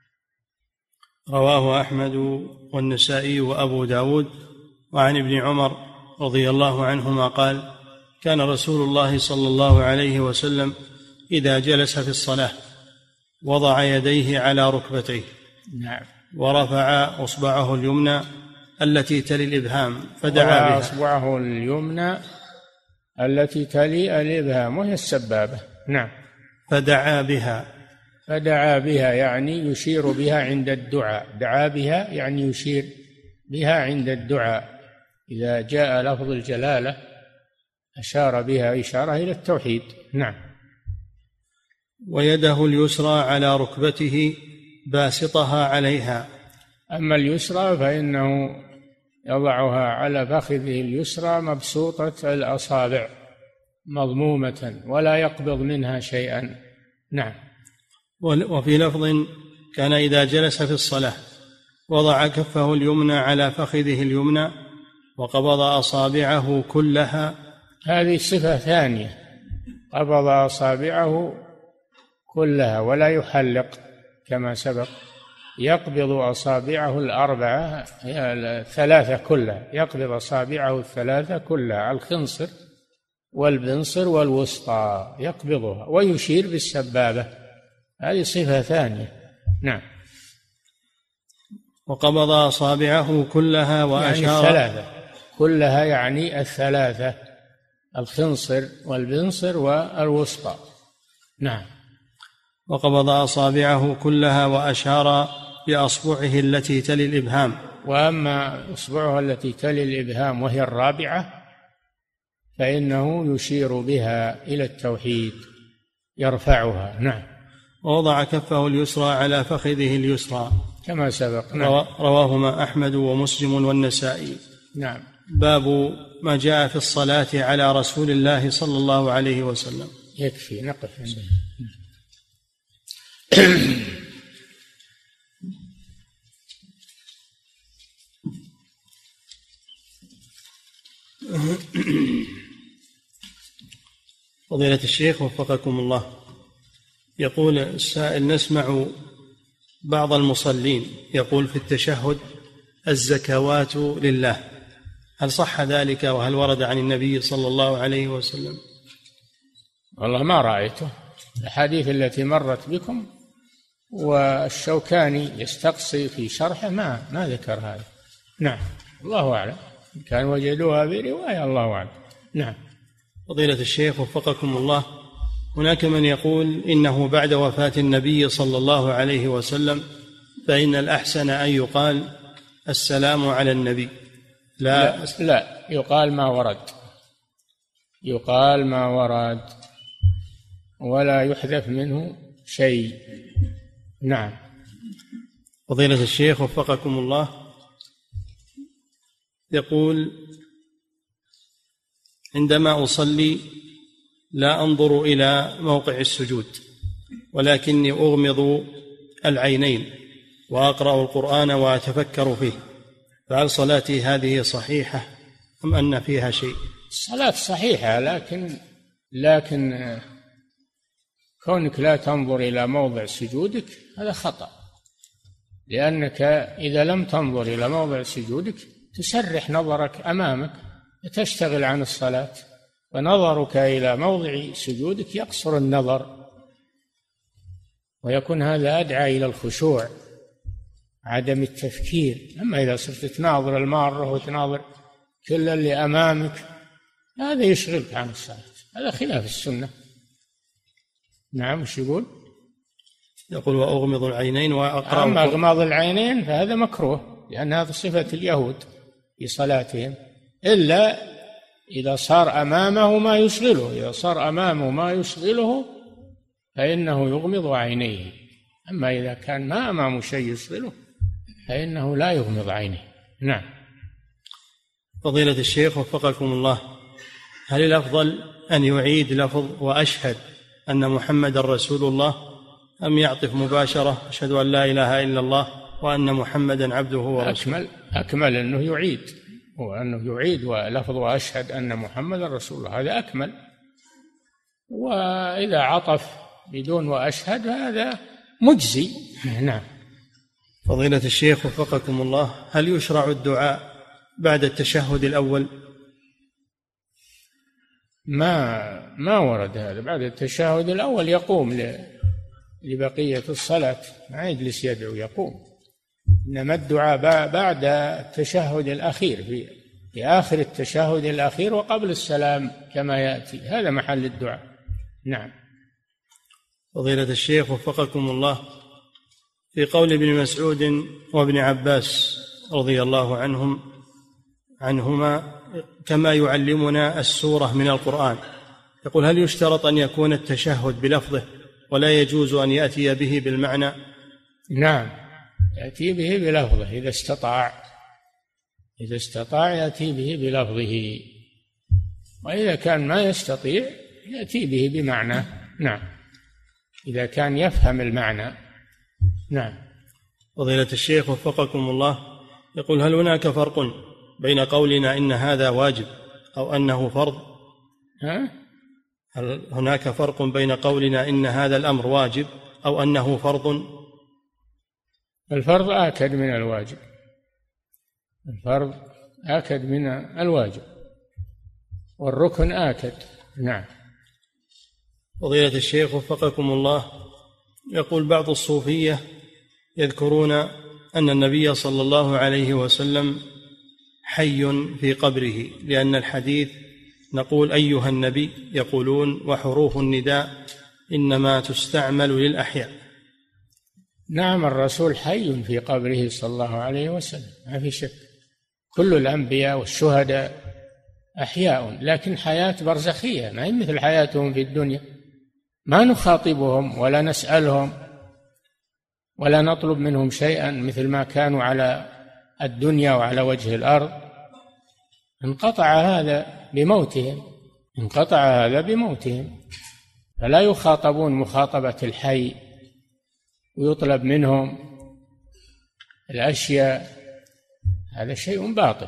رواه أحمد والنسائي وأبو داود. وعن ابن عمر رضي الله عنهما قال: كان رسول الله صلى الله عليه وسلم إذا جلس في الصلاة وضع يديه على ركبتيه. نعم. ورفع أصبعه اليمنى التي تلي الإبهام فدعا بها. أصبعه اليمنى التي تلي الإبهام وهي السبابة. نعم. فدعا بها يعني يشير بها عند الدعاء. دعا بها يعني يشير بها عند الدعاء. إذا جاء لفظ الجلالة أشار بها إشارة إلى التوحيد. نعم. ويده اليسرى على ركبته باسطها عليها. أما اليسرى فإنه يضعها على فخذه اليسرى مبسوطة الأصابع مضمومة ولا يقبض منها شيئا. نعم. وفي لفظ: كان إذا جلس في الصلاة وضع كفه اليمنى على فخذه اليمنى وقبض أصابعه كلها. هذه صفة ثانية، قبض أصابعه كلها ولا يحلق كما سبق. يقبض أصابعه الثلاثة كلها، يقبض أصابعه الثلاثة كلها على الخنصر والبنصر والوسطى يقبضها، ويشير بالسبابة، هذه صفة ثانية. نعم. وقبض أصابعه كلها وأشار، يعني الثلاثة كلها، يعني الثلاثة، الخنصر والبنصر والوسطى. نعم. وقبض أصابعه كلها وأشار بأصبعه التي تلي الإبهام. وأما أصبعها التي تلي الإبهام وهي الرابعة فإنه يشير بها إلى التوحيد، يرفعها. نعم. ووضع كفه اليسرى على فخذه اليسرى كما سبق. نعم. رواهما أحمد ومسلم والنسائي. نعم. باب ما جاء في الصلاة على رسول الله صلى الله عليه وسلم. يكفي نقف عنده. فضيلة الشيخ وفقكم الله، يقول السائل: نسمع بعض المصلين يقول في التشهد: الزكوات لله، هل صح ذلك؟ وهل ورد عن النبي صلى الله عليه وسلم؟ والله ما رأيته، الأحاديث التي مرت بكم والشوكاني يستقصي في شرحه ما ذكر هذا. نعم. الله أعلم، كان وجدوها برواية، الله أعلم. نعم. فضيلة الشيخ وفقكم الله، هناك من يقول إنه بعد وفاة النبي صلى الله عليه وسلم فإن الأحسن أن يقال السلام على النبي. لا، يقال ما ورد، يقال ما ورد ولا يحذف منه شيء. نعم. فضيلة الشيخ وفقكم الله، يقول: عندما أصلي لا أنظر إلى موقع السجود، ولكني أغمض العينين وأقرأ القرآن وأتفكر فيه، فهل صلاتي هذه صحيحة أم أن فيها شيء؟ الصلاة صحيحة، لكن كونك لا تنظر إلى موضع سجودك هذا خطأ، لأنك إذا لم تنظر إلى موضع سجودك تسرح نظرك أمامك وتشتغل عن الصلاة، ونظرك إلى موضع سجودك يقصر النظر، ويكون هذا أدعى إلى الخشوع، عدم التفكير. أما إذا صرت تناظر المارة وتناظر كل اللي أمامك هذا يشغلك عن الصلاة، هذا خلاف السنة. نعم. وش يقول؟ يقول: وأغمض العينين وأقرأ. أما إغماض العينين فهذا مكروه، لأن هذا صفة اليهود في صلاتهم، إلا إذا صار أمامه ما يشغله. إذا صار أمامه ما يشغله فإنه يغمض عينيه، أما إذا كان ما أمامه شيء يشغله فإنه لا يغمض عينيه. نعم. فضيلة الشيخ وفقكم الله، هل الأفضل أن يعيد لفظ وأشهد أن محمد رسول الله، أم يعطف مباشرة أشهد أن لا إله إلا الله وأن محمدا عبده ورسوله؟ أكمل أنه يعيد، وأنه يعيد ولفظ وأشهد أن محمدا رسول الله، هذا أكمل. وإذا عطف بدون وأشهد هذا مجزي. نعم. فضيلة الشيخ وفقكم الله، هل يشرع الدعاء بعد التشهد الأول؟ ما ورد هذا. بعد التشهد الأول يقوم لبقية الصلاة، ما يجلس يدعو، يقوم. إنما الدعاء بعد التشهد الأخير، في آخر التشهد الأخير وقبل السلام كما يأتي، هذا محل الدعاء. نعم. فضيلة الشيخ وفقكم الله، في قول ابن مسعود وابن عباس رضي الله عنهما كما يعلمنا السورة من القرآن، يقول: هل يشترط أن يكون التشهد بلفظه ولا يجوز أن يأتي به بالمعنى؟ نعم، يأتي به بلفظه إذا استطاع يأتي به بلفظه، وإذا كان ما يستطيع يأتي به بمعنى. نعم، إذا كان يفهم المعنى. نعم. فضيلة الشيخ وفقكم الله، يقول: هل هناك فرق بين قولنا إن هذا واجب أو أنه فرض؟ هل هناك فرق بين قولنا إن هذا الأمر واجب أو أنه فرض؟ الفرض آكد من الواجب، الفرض آكد من الواجب، والركن آكد نعم. فضيلة الشيخ وفقكم الله، يقول بعض الصوفية يذكرون أن النبي صلى الله عليه وسلم حي في قبره، لأن الحديث نقول أيها النبي يقولون وحروف النداء إنما تستعمل للأحياء. نعم، الرسول حي في قبره صلى الله عليه وسلم، ما في شك. كل الأنبياء والشهداء أحياء، لكن حياة برزخية، ما هي مثل حياتهم في الدنيا. ما نخاطبهم ولا نسألهم ولا نطلب منهم شيئا مثل ما كانوا على الدنيا وعلى وجه الأرض. انقطع هذا بموتهم، فلا يخاطبون مخاطبة الحي ويطلب منهم الأشياء، هذا شيء باطل.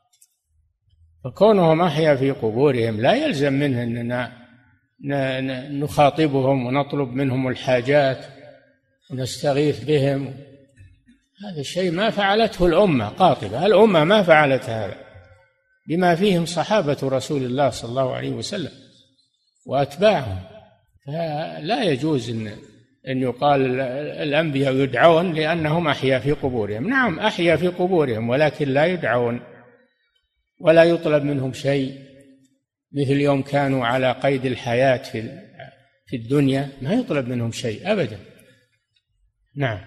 فكونهم أحيا في قبورهم لا يلزم منه أننا نخاطبهم ونطلب منهم الحاجات ونستغيث بهم. هذا الشيء ما فعلته الأمة قاطبة، الأمة ما فعلت هذا، بما فيهم صحابة رسول الله صلى الله عليه وسلم وأتباعهم. فلا يجوز أن يقال الأنبياء يدعون لأنهم أحيا في قبورهم. نعم، أحيا في قبورهم، ولكن لا يدعون ولا يطلب منهم شيء، مثل يوم كانوا على قيد الحياة في الدنيا ما يطلب منهم شيء أبدا. نعم.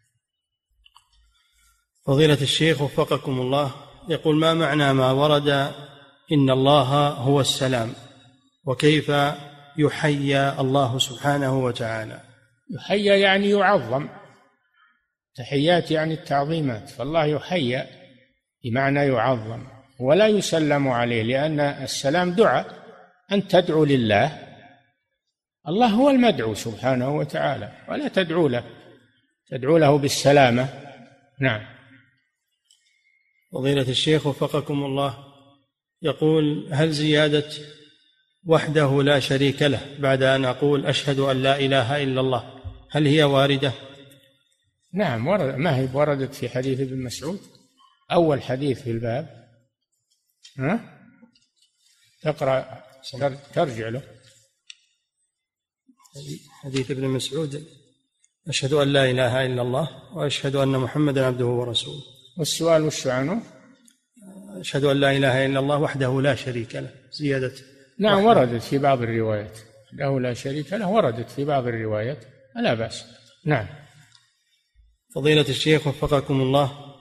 فضيلة الشيخ وفقكم الله، يقول ما معنى ما ورد إن الله هو السلام، وكيف يحيى الله سبحانه وتعالى؟ يحيى يعني يعظم، تحيات يعني التعظيمات، فالله يحيى بمعنى يعظم ولا يسلم عليه، لأن السلام دعاء، أن تدعو لله، الله هو المدعو سبحانه وتعالى، ولا تدعو له بالسلامة. نعم. فضيلة الشيخ وفقكم الله، يقول هل زيادة وحده لا شريك له بعد أن أقول أشهد أن لا إله إلا الله هل هي واردة؟ نعم، ما هي وردت في حديث ابن مسعود، أول حديث في الباب. تقرأ ترجع له حديث ابن مسعود أشهد أن لا إله إلا الله وأشهد أن محمدا عبده ورسوله. والسؤال وش عنه؟ أشهد أن لا إله إلا الله وحده لا شريك له، زيادة. نعم، وردت في بعض الروايات، له لا شريك له وردت في بعض الروايات، لا بأس. نعم. فضيلة الشيخ وفقكم الله،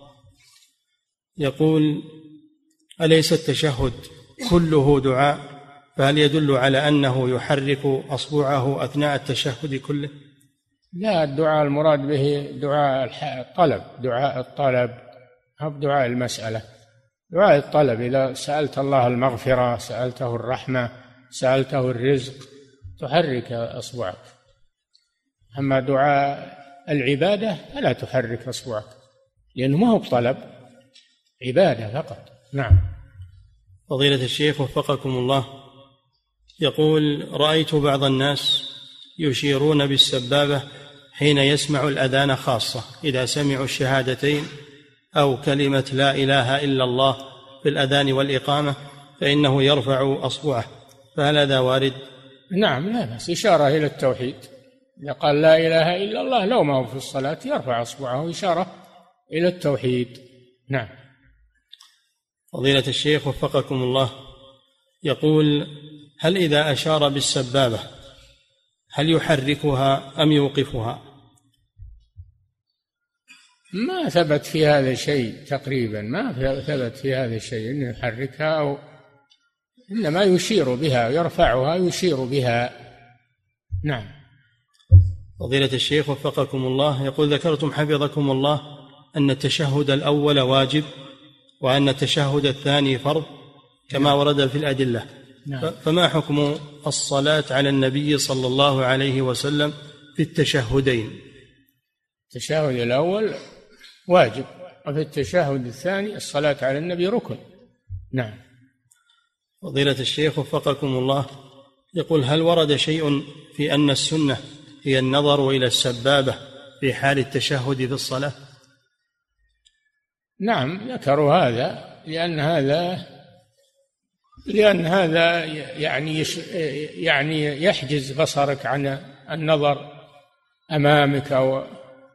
يقول أليس التشهد كله دعاء، فهل يدل على أنه يحرك أصبعه أثناء التشهد كله؟ لا، الدعاء المراد به دعاء الطلب، دعاء الطلب، أو دعاء المسألة. دعاء الطلب إذا سألت الله المغفرة، سألته الرحمة، سألته الرزق، تحرك أصبعك. أما دعاء العبادة فلا تحرك أصبعك، لأنه ما هو بطلب، عبادة فقط. نعم. فضيلة الشيخ وفقكم الله، يقول رأيت بعض الناس يشيرون بالسبابة حين يسمع الأذان، خاصة إذا سمعوا الشهادتين أو كلمة لا إله إلا الله في الأذان والإقامة فإنه يرفع أصبعه، فهل هذا وارد؟ نعم، لا بس إشارة إلى التوحيد. إذا قال لا إله إلا الله لو ما هو في الصلاة يرفع أصبعه، إشارة إلى التوحيد. نعم. فضيلة الشيخ وفقكم الله، يقول هل إذا أشار بالسبابة هل يحركها أم يوقفها؟ ما ثبت في هذا شيء تقريبا، ما ثبت في هذا شيء أنه يحركها، أو إنما يشير بها، يرفعها يشير بها. نعم. فضيلة الشيخ وفقكم الله، يقول ذكرتم حفظكم الله أن التشهد الأول واجب وأن التشهد الثاني فرض كما ورد في الأدلة. نعم. فما حكم الصلاة على النبي صلى الله عليه وسلم في التشهدين؟ التشهد الأول واجب، وفي التشهد الثاني الصلاة على النبي ركن. نعم. فضيلة الشيخ وفقكم الله، يقول هل ورد شيء في أن السنة هي النظر إلى السبابة في حال التشهد في الصلاة؟ نعم، ذكروا هذا لأن هذا لأن هذا يعني يحجز بصرك عن النظر أمامك أو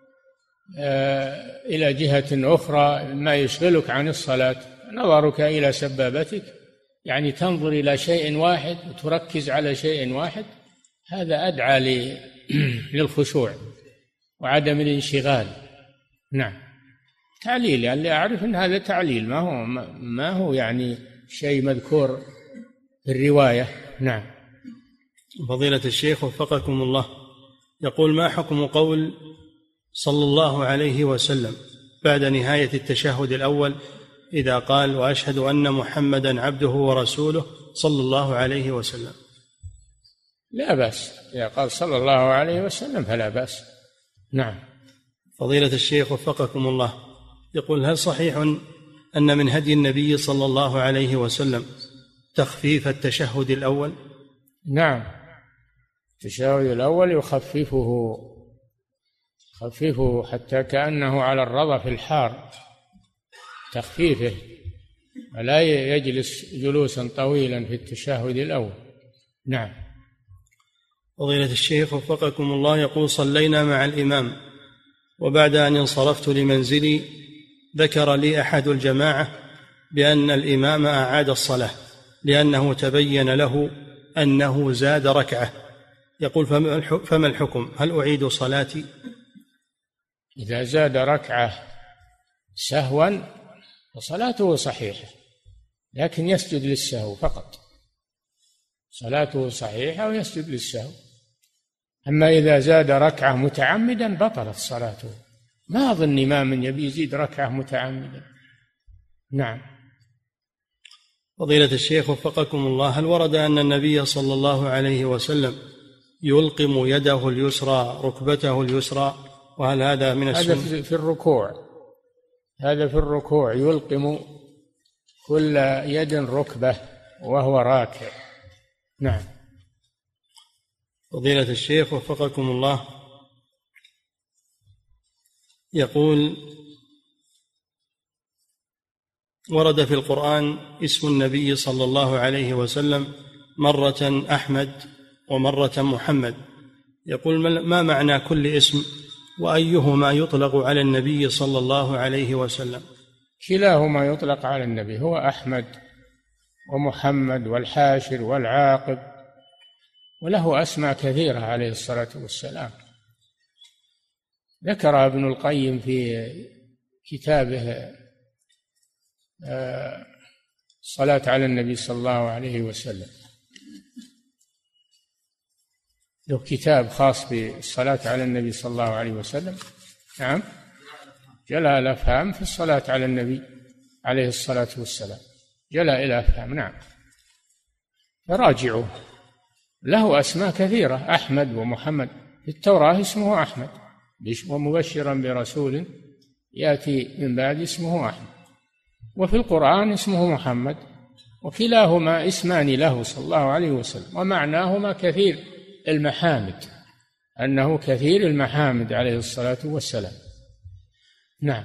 إلى جهة أخرى، ما يشغلك عن الصلاة. نظرك إلى سبابتك، يعني تنظر إلى شيء واحد وتركز على شيء واحد، هذا أدعى للخشوع وعدم الانشغال. نعم، تعليل، يعني أعرف أن هذا تعليل، ما هو يعني شيء مذكور في الرواية. نعم. فضيلة الشيخ وفقكم الله، يقول: ما حكم قول صلى الله عليه وسلم بعد نهاية التشهد الأول إذا قال: وأشهد أن محمدا عبده ورسوله صلى الله عليه وسلم؟ لا بأس، إذا قال صلى الله عليه وسلم فلا بأس. نعم. فضيلة الشيخ وفقكم الله، يقول: هل صحيح أن من هدي النبي صلى الله عليه وسلم تخفيف التشهد الأول؟ نعم، التشهد الأول يخففه حتى كأنه على الرضف الحار، تخفيفه، ولا يجلس جلوسا طويلا في التشهد الأول. نعم. فضيلة الشيخ وفقكم الله، يقول: صلينا مع الإمام، وبعد أن انصرفت لمنزلي ذكر لي أحد الجماعة بأن الإمام أعاد الصلاة لأنه تبين له أنه زاد ركعة. يقول: فما الحكم؟ هل أعيد صلاتي؟ إذا زاد ركعة سهوا فصلاته صحيحة، لكن يسجد للسهو فقط، صلاته صحيحة ويسجد للسهو. أما إذا زاد ركعة متعمدا بطلت صلاته، ما أظن إمام يبي يزيد ركعة متعمدا. نعم. فضيلة الشيخ وفقكم الله، هل ورد أن النبي صلى الله عليه وسلم يلقم يده اليسرى ركبته اليسرى، وهل هذا من السنة؟ هذا في الركوع، هذا في الركوع يلقم كل يد ركبة وهو راكع. نعم. فضيلة الشيخ وفقكم الله، يقول: ورد في القرآن اسم النبي صلى الله عليه وسلم مرة أحمد ومرة محمد، يقول: ما معنى كل اسم، وأيهما يطلق على النبي صلى الله عليه وسلم؟ كلاهما يطلق على النبي، هو أحمد ومحمد والحاشر والعاقب، وله أسماء كثيرة عليه الصلاة والسلام. ذكر ابن القيم في كتابه الصلاة على النبي صلى الله عليه وسلم، له كتاب خاص بالصلاة على النبي صلى الله عليه وسلم. نعم، جلاء الأفهام في الصلاة على النبي عليه الصلاة والسلام، جلاء الأفهام. نعم، فراجعوه، له أسماء كثيرة، أحمد ومحمد. في التوراة اسمه أحمد، ومبشرا برسول يأتي من بعد اسمه أحمد، وفي القرآن اسمه محمد، وكلاهما اسمان له صلى الله عليه وسلم، ومعناهما كثير المحامد، أنه كثير المحامد عليه الصلاة والسلام. نعم.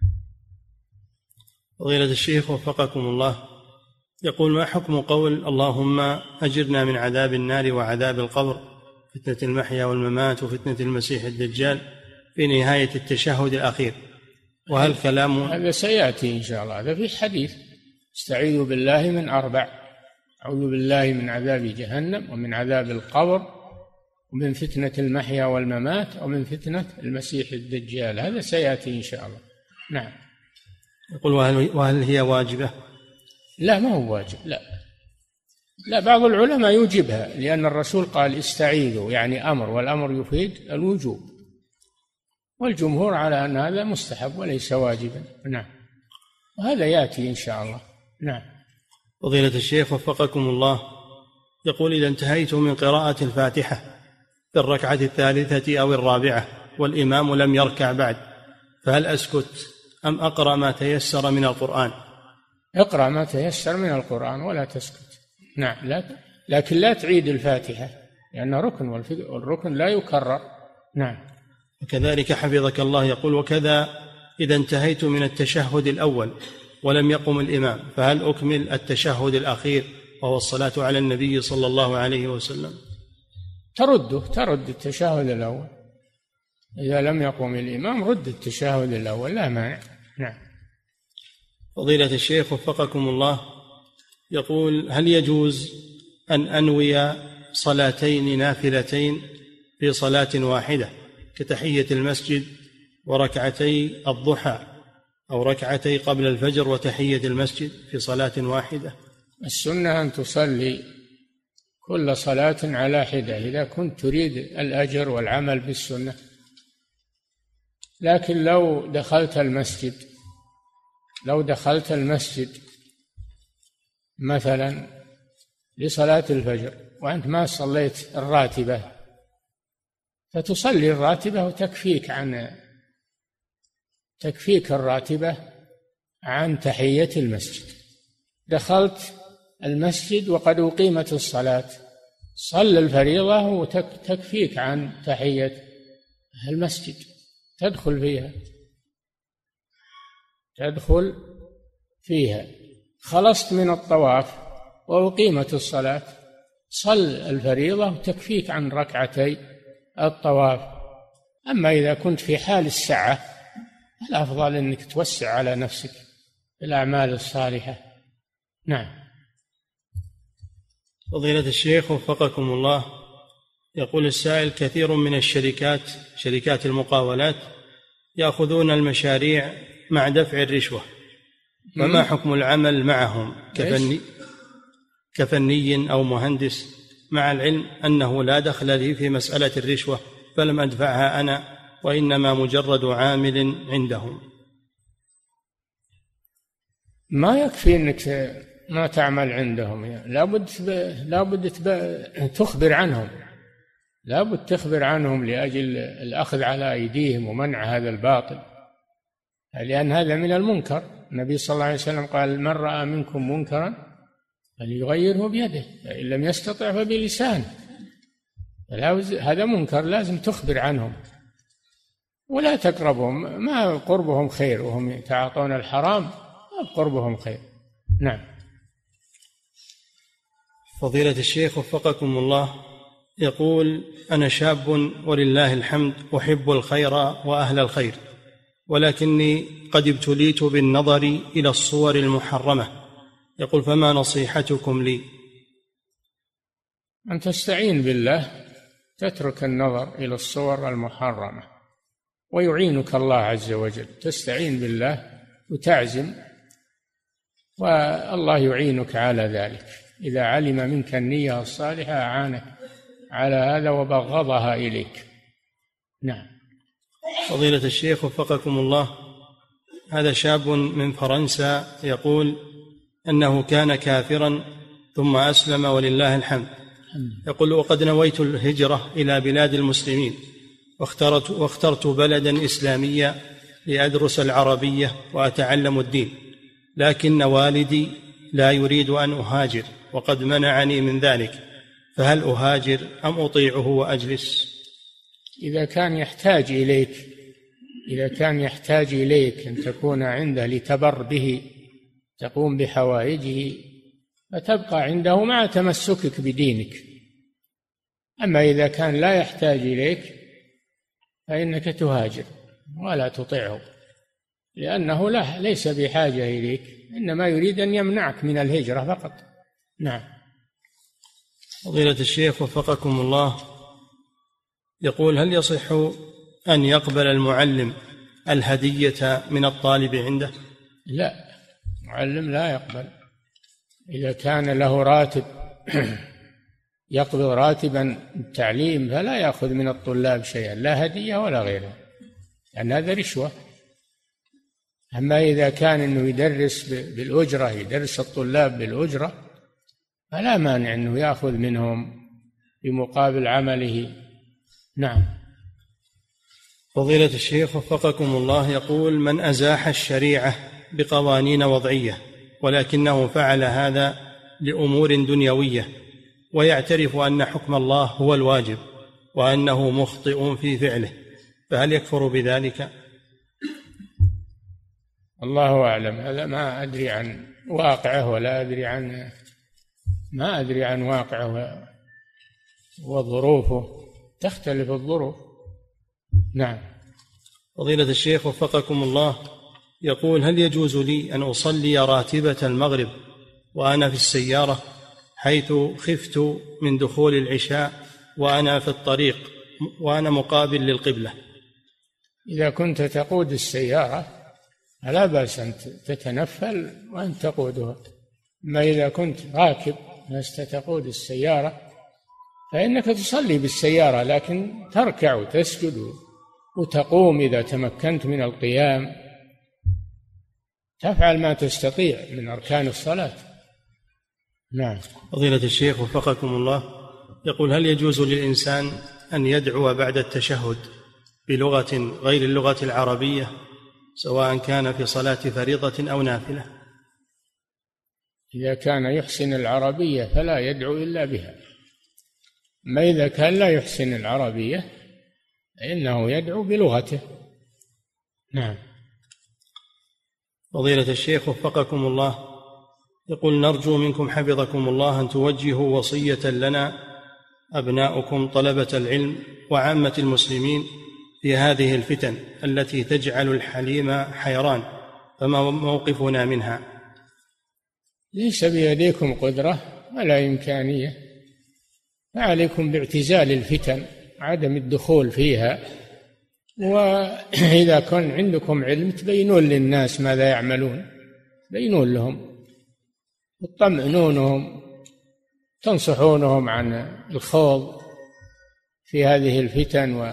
فضيلة الشيخ وفقكم الله، يقول: ما حكم قول اللهم أجرنا من عذاب النار وعذاب القبر، فتنة المحيا والممات وفتنة المسيح الدجال، في نهاية التشهد الأخير؟ وهل كلام هذا سيأتي إن شاء الله، هذا في حديث: استعيذوا بالله من 4، أعوذ بالله من عذاب جهنم ومن عذاب القبر ومن فتنة المحيا والممات ومن فتنة المسيح الدجال، هذا سيأتي إن شاء الله. نعم. يقول: وهل هي واجبة؟ لا، ما هو واجب، لا، بعض العلماء يوجبها، لأن الرسول قال استعيذوا، يعني أمر، والأمر يفيد الوجوب، والجمهور على أن هذا مستحب وليس واجبا. نعم، وهذا يأتي إن شاء الله. نعم. فضيلة الشيخ وفقكم الله، يقول: إذا انتهيت من قراءة الفاتحة في الركعة الثالثة أو الرابعة والإمام لم يركع بعد، فهل أسكت أم أقرأ ما تيسر من القرآن؟ اقرأ ما تيسر من القرآن ولا تسكت. نعم، لكن لا تعيد الفاتحة، لأن ركن، والركن لا يكرر. نعم. وكذلك حفظك الله، يقول: وكذا إذا انتهيت من التشهد الأول ولم يقم الإمام، فهل أكمل التشهد الأخير وهو الصلاة على النبي صلى الله عليه وسلم؟ ترد التشهد الأول. إذا لم يقم الإمام رد التشهد الأول، لا مانع. نعم. فضيلة الشيخ وفقكم الله، يقول: هل يجوز أن أنوي صلاتين نافلتين في صلاة واحدة كتحية المسجد وركعتي الضحى، أو ركعتي قبل الفجر وتحية المسجد في صلاة واحدة؟ السنة أن تصلي كل صلاة على حدة إذا كنت تريد الأجر والعمل بالسنة. لكن لو دخلت المسجد مثلا لصلاة الفجر وأنت ما صليت الراتبة، فتصلي الراتبة تكفيك الراتبة عن تحية المسجد. دخلت المسجد وقد أقيمت الصلاة، صل الفريضة وتكفيك عن تحية المسجد، تدخل فيها. خلصت من الطواف وأقيمت الصلاة، صل الفريضة وتكفيك عن ركعتي الطواف. أما إذا كنت في حال السعة الأفضل أنك توسع على نفسك بالأعمال الصالحة. نعم. فضيلة الشيخ وفقكم الله، يقول السائل: كثير من شركات المقاولات يأخذون المشاريع مع دفع الرشوة، فما حكم العمل معهم كفني أو مهندس، مع العلم أنه لا دخل لي في مسألة الرشوة فلم أدفعها أنا، وإنما مجرد عامل عندهم؟ ما يكفي أنك ما تعمل عندهم، يعني لابد تخبر عنهم، لابد تخبر عنهم لأجل الأخذ على أيديهم ومنع هذا الباطل، لأن هذا من المنكر. النبي صلى الله عليه وسلم قال: من رأى منكم منكرا فليغيره بيده، فإن لم يستطع فبلسانه. هذا منكر لازم تخبر عنهم ولا تقربهم، ما قربهم خير وهم يتعاطون الحرام، ما قربهم خير. نعم. فضيلة الشيخ وفقكم الله، يقول: أنا شاب ولله الحمد أحب الخير وأهل الخير، ولكني قد ابتليت بالنظر إلى الصور المحرمة، يقول: فما نصيحتكم لي؟ أن تستعين بالله، تترك النظر إلى الصور المحرمة ويعينك الله عز وجل. تستعين بالله وتعزم والله يعينك على ذلك. إذا علم منك النية الصالحة أعانك على هذا وبغضها إليك. نعم. فضيلة الشيخ وفقكم الله، هذا شاب من فرنسا يقول أنه كان كافرا ثم أسلم ولله الحمد. يقول: وقد نويت الهجرة إلى بلاد المسلمين، واخترت بلدا إسلاميا لأدرس العربية وأتعلم الدين، لكن والدي لا يريد أن أهاجر وقد منعني من ذلك، فهل أهاجر أم أطيعه وأجلس؟ إذا كان يحتاج إليك أن تكون عنده لتبر به، تقوم بحوائجه، فتبقى عنده مع تمسكك بدينك. أما إذا كان لا يحتاج إليك فإنك تهاجر ولا تطيعه، لأنه ليس بحاجة إليك، إنما يريد أن يمنعك من الهجرة فقط. نعم. فضيلة الشيخ وفقكم الله، يقول: هل يصح أن يقبل المعلم الهدية من الطالب عنده؟ لا، المعلم لا يقبل. إذا كان له راتب يقبض راتبا التعليم فلا يأخذ من الطلاب شيئا، لا هدية ولا غيرها، لأن هذا رشوة. أما إذا كان أنه يدرس بالأجرة، يدرس الطلاب بالأجرة، فلا مانع أنه يأخذ منهم بمقابل عمله. نعم. فضيلة الشيخ وفقكم الله، يقول: من أزاح الشريعة بقوانين وضعية ولكنه فعل هذا لأمور دنيوية، ويعترف أن حكم الله هو الواجب وأنه مخطئ في فعله، فهل يكفر بذلك؟ الله أعلم، هذا ما أدري عن واقعه ولا أدري عن ما أدري عن واقعه وظروفه، تختلف الظروف. نعم. فضيلة الشيخ وفقكم الله، يقول: هل يجوز لي أن أصلي راتبة المغرب وأنا في السيارة، حيث خفت من دخول العشاء وأنا في الطريق وأنا مقابل للقبلة؟ إذا كنت تقود السيارة فلا بأس أن تتنفل وأن تقودها، أما إذا كنت راكب لست تقود السيارة فإنك تصلي بالسيارة، لكن تركع وتسجد وتقوم إذا تمكنت من القيام، تفعل ما تستطيع من أركان الصلاة. نعم. فضيلة الشيخ وفقكم الله، يقول: هل يجوز للإنسان أن يدعو بعد التشهد بلغة غير اللغة العربية، سواء كان في صلاة فريضة أو نافلة؟ إذا كان يحسن العربية فلا يدعو إلا بها، ما إذا كان لا يحسن العربية فإنه يدعو بلغته. نعم. فضيلة الشيخ وفقكم الله، يقول: نرجو منكم حفظكم الله أن توجهوا وصية لنا أبناؤكم طلبة العلم وعامة المسلمين في هذه الفتن التي تجعل الحليم حيران، فما موقفنا منها؟ ليس بيديكم قدرة ولا إمكانية، فعليكم باعتزال الفتن وعدم الدخول فيها، وإذا كان عندكم علم تبينون للناس ماذا يعملون، تبينون لهم وتطمئنونهم، تنصحونهم عن الخوض في هذه الفتن،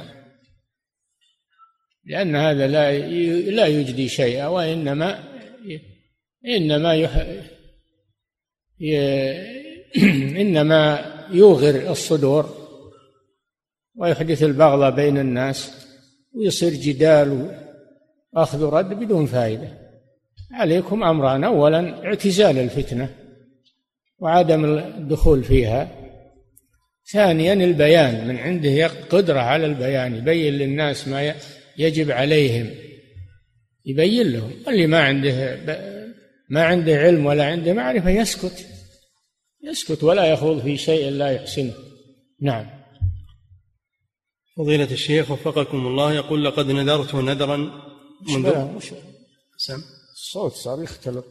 لأن هذا لا يجدي شيئا، وإنما إنما يوغر الصدور ويحدث البغض بين الناس ويصير جدال وأخذ رد بدون فائدة. عليكم أمران: أولا اعتزال الفتنة وعدم الدخول فيها، ثانيا البيان، من عنده قدرة على البيان يبين للناس ما يجب عليهم، يبين لهم. اللي ما عنده علم ولا عنده معرفة يسكت ولا يخوض في شيء لا يحسنه. نعم. فضيلة الشيخ وفقكم الله، يقول: لقد نذرت نذرا منذ الصوت صار يختلط.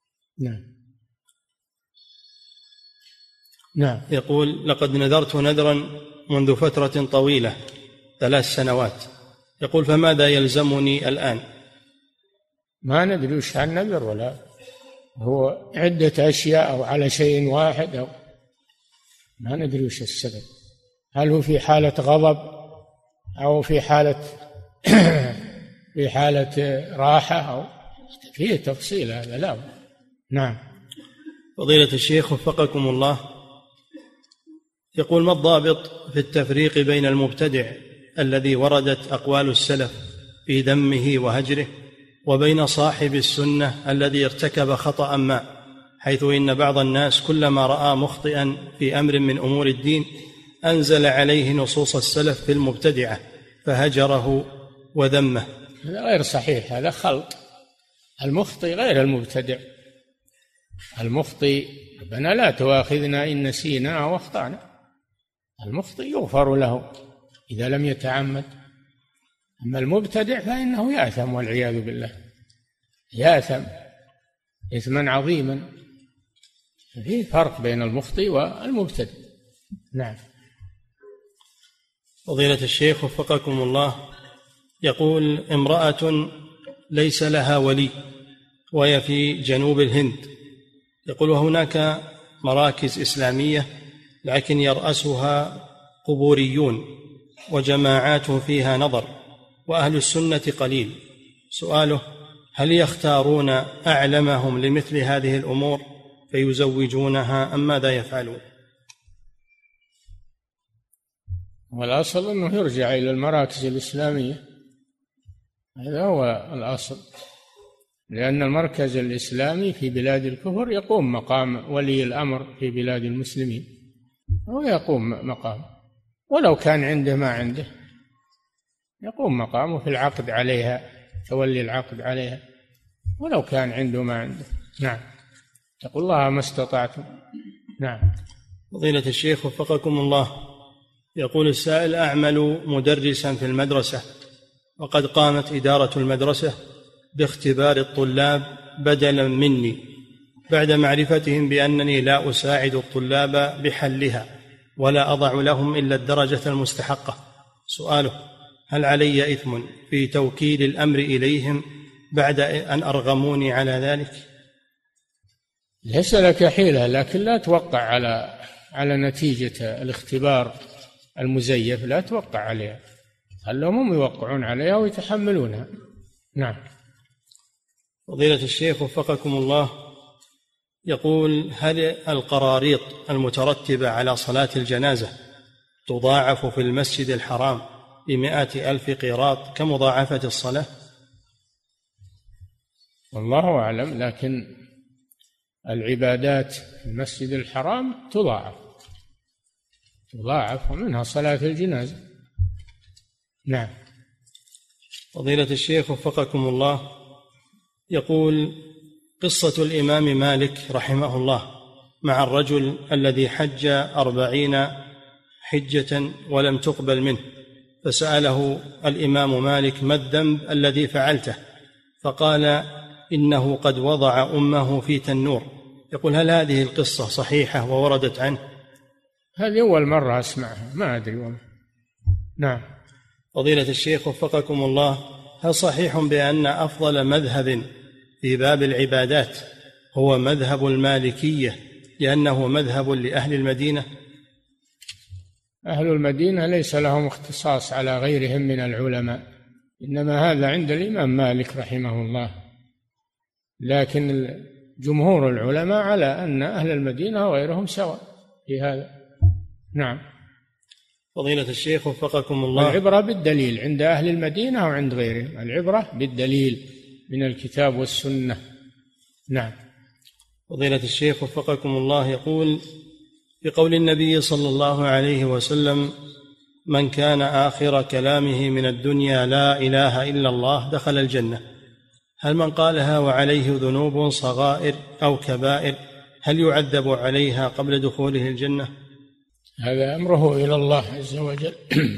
نعم. يقول: لقد نذرت نذرا منذ فترة طويلة 3 سنوات، يقول: فماذا يلزمني الآن؟ ما ندري وش النذر، ولا هو عدة أشياء أو على شيء واحد، أو ما ندري وش السبب، هل هو في حالة غضب أو في حالة راحة، أو فيه تفصيل هذا. لا. نعم. فضيلة الشيخ وفقكم الله، يقول: ما الضابط في التفريق بين المبتدع الذي وردت أقوال السلف في ذمه وهجره، وبين صاحب السنة الذي ارتكب خطأ ما، حيث إن بعض الناس كلما رأى مخطئا في أمر من أمور الدين أنزل عليه نصوص السلف في المبتدعة فهجره وذمه؟ هذا غير صحيح، هذا خلط. المخطئ غير المبتدع. المخطئ ربنا لا تؤاخذنا إن نسينا أو أخطأنا، المخطئ يغفر له إذا لم يتعمد، أما المبتدع فإنه يأثم والعياذ بالله، يأثم إثما عظيما. فيه فرق بين المخطئ والمبتدع. نعم. فضيلة الشيخ وفقكم الله، يقول: امرأة ليس لها ولي وهي في جنوب الهند، يقول: وهناك مراكز إسلامية لكن يرأسها قبوريون وجماعات فيها نظر، وأهل السنة قليل. سؤاله: هل يختارون أعلمهم لمثل هذه الأمور فيزوجونها أم ماذا يفعلون؟ والأصل أنه يرجع إلى المراكز الإسلامية، هذا هو الأصل، لأن المركز الإسلامي في بلاد الكفر يقوم مقام ولي الأمر في بلاد المسلمين، هو يقوم مقام، ولو كان عنده ما عنده يقوم مقامه في العقد عليها، تولي العقد عليها، ولو كان عنده ما عنده. نعم. اتقوا الله ما استطعتم. نعم. فضيلة الشيخ وفقكم الله، يقول السائل: أعمل مدرسا في المدرسة، وقد قامت إدارة المدرسة باختبار الطلاب بدلا مني بعد معرفتهم بأنني لا أساعد الطلاب بحلها ولا أضع لهم إلا الدرجة المستحقة. سؤاله: هل علي إثم في توكيل الأمر إليهم بعد أن أرغموني على ذلك؟ ليس لك حيلة، لكن لا توقع على نتيجة الاختبار المزيف، لا توقع عليها، خلهم هم يوقعون عليها ويتحملونها. نعم. فضيلة الشيخ وفقكم الله، يقول: هل القراريط المترتبة على صلاة الجنازة تضاعف في المسجد الحرام ب100,000 قيراط كمضاعفة الصلاة؟ والله أعلم، لكن العبادات في المسجد الحرام تضاعف ومنها صلاة الجنازة. نعم. فضيلة الشيخ وفقكم الله، يقول: قصة الإمام مالك رحمه الله مع الرجل الذي حج 40 حجة ولم تقبل منه، فسأله الإمام مالك: ما الذنب الذي فعلته؟ فقال: إنه قد وضع أمه في تنور. يقول: هل هذه القصة صحيحة ووردت عنه؟ هذه أول مرة أسمعها، ما أدري. نعم. فضيلة الشيخ وفقكم الله، هل صحيح بأن أفضل مذهب في باب العبادات هو مذهب المالكية لأنه مذهب لأهل المدينة؟ أهل المدينة ليس لهم اختصاص على غيرهم من العلماء، إنما هذا عند الإمام مالك رحمه الله، لكن جمهور العلماء على أن أهل المدينة وغيرهم سواء في هذا. نعم. فضيلة الشيخ وفقكم الله، العبرة بالدليل عند أهل المدينة وعند غيرهم، العبرة بالدليل من الكتاب والسنة. نعم. فضيلة الشيخ وفقكم الله، يقول: بقول النبي صلى الله عليه وسلم: من كان آخر كلامه من الدنيا لا إله إلا الله دخل الجنة، هل من قالها وعليه ذنوب صغائر أو كبائر هل يعذب عليها قبل دخوله الجنة؟ هذا أمره إلى الله عز وجل.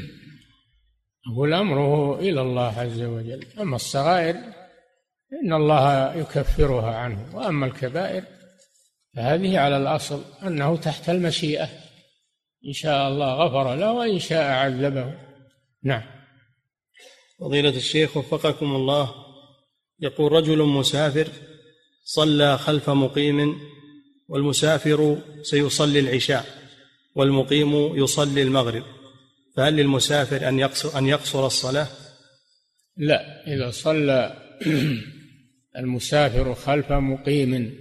أقول أمره إلى الله عز وجل. أما الصغائر إن الله يكفرها عنه، وأما الكبائر فهذه على الأصل أنه تحت المشيئة، إن شاء الله غفر له وإن شاء عذبه. نعم. فضيلة الشيخ وفقكم الله، يقول: رجل مسافر صلى خلف مقيم، والمسافر سيصلي العشاء والمقيم يصلي المغرب، فهل للمسافر أن يقصر الصلاة؟ لا، إذا صلى المسافر خلف مقيم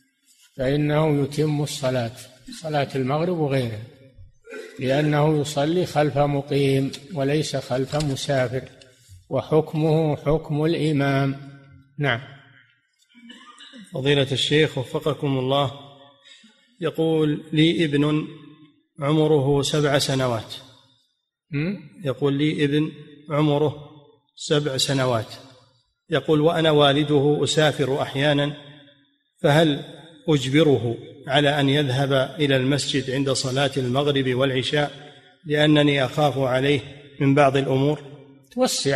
فإنه يتم الصلاة، صلاة المغرب وغيره، لأنه يصلي خلف مقيم وليس خلف مسافر، وحكمه حكم الإمام. نعم. فضيلة الشيخ وفقكم الله، يقول: لي ابن عمره 7 سنوات. يقول: لي ابن عمره 7 سنوات، يقول: وأنا والده أسافر أحيانا، فهل أجبره على أن يذهب إلى المسجد عند صلاة المغرب والعشاء لأنني أخاف عليه من بعض الأمور؟ توصي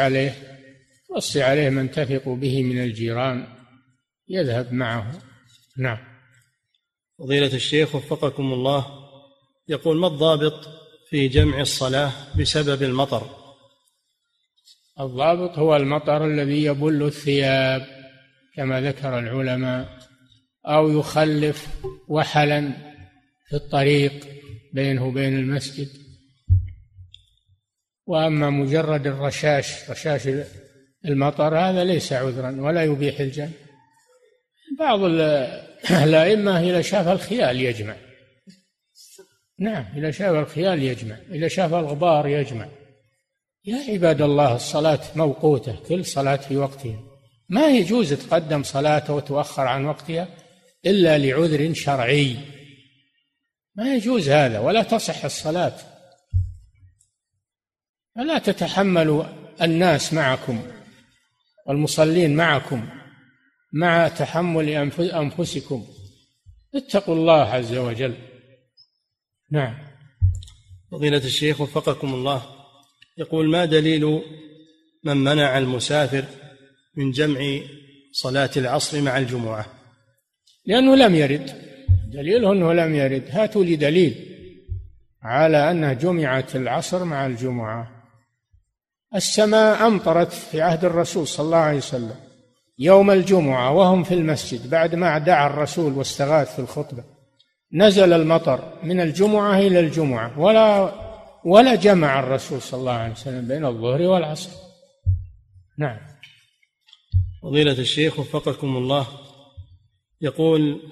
عليه من تثق به من الجيران يذهب معه. نعم. فضيلة الشيخ وفقكم الله، يقول: ما الضابط في جمع الصلاة بسبب المطر؟ الضابط هو المطر الذي يبل الثياب كما ذكر العلماء، أو يخلف وحلا في الطريق بينه وبين المسجد. وأما مجرد رشاش المطر هذا ليس عذرا ولا يبيح الجمع. بعض الأئمة إذا شاف الخيال يجمع. نعم، إذا شاف الخيال يجمع، إذا شاف الغبار يجمع. يا عباد الله، الصلاة موقوتة، كل صلاة في وقتها، ما يجوز تقدم صلاة وتؤخر عن وقتها إلا لعذر شرعي، ما يجوز هذا، ولا تصح الصلاة. فلا تتحملوا الناس معكم والمصلين معكم مع تحمل أنفسكم. اتقوا الله عز وجل. نعم. فضيلة الشيخ وفقكم الله، يقول: ما دليل من منع المسافر من جمع صلاة العصر مع الجمعة؟ لأنه لم يرد، دليله أنه لم يرد. هاتوا لي دليل على أنها جمعت العصر مع الجمعة. السماء أمطرت في عهد الرسول صلى الله عليه وسلم يوم الجمعة وهم في المسجد، بعد ما دعا الرسول واستغاث في الخطبة، نزل المطر من الجمعة إلى الجمعة، ولا جمع الرسول صلى الله عليه وسلم بين الظهر والعصر. نعم. فضيلة الشيخ وفقكم الله، يقول: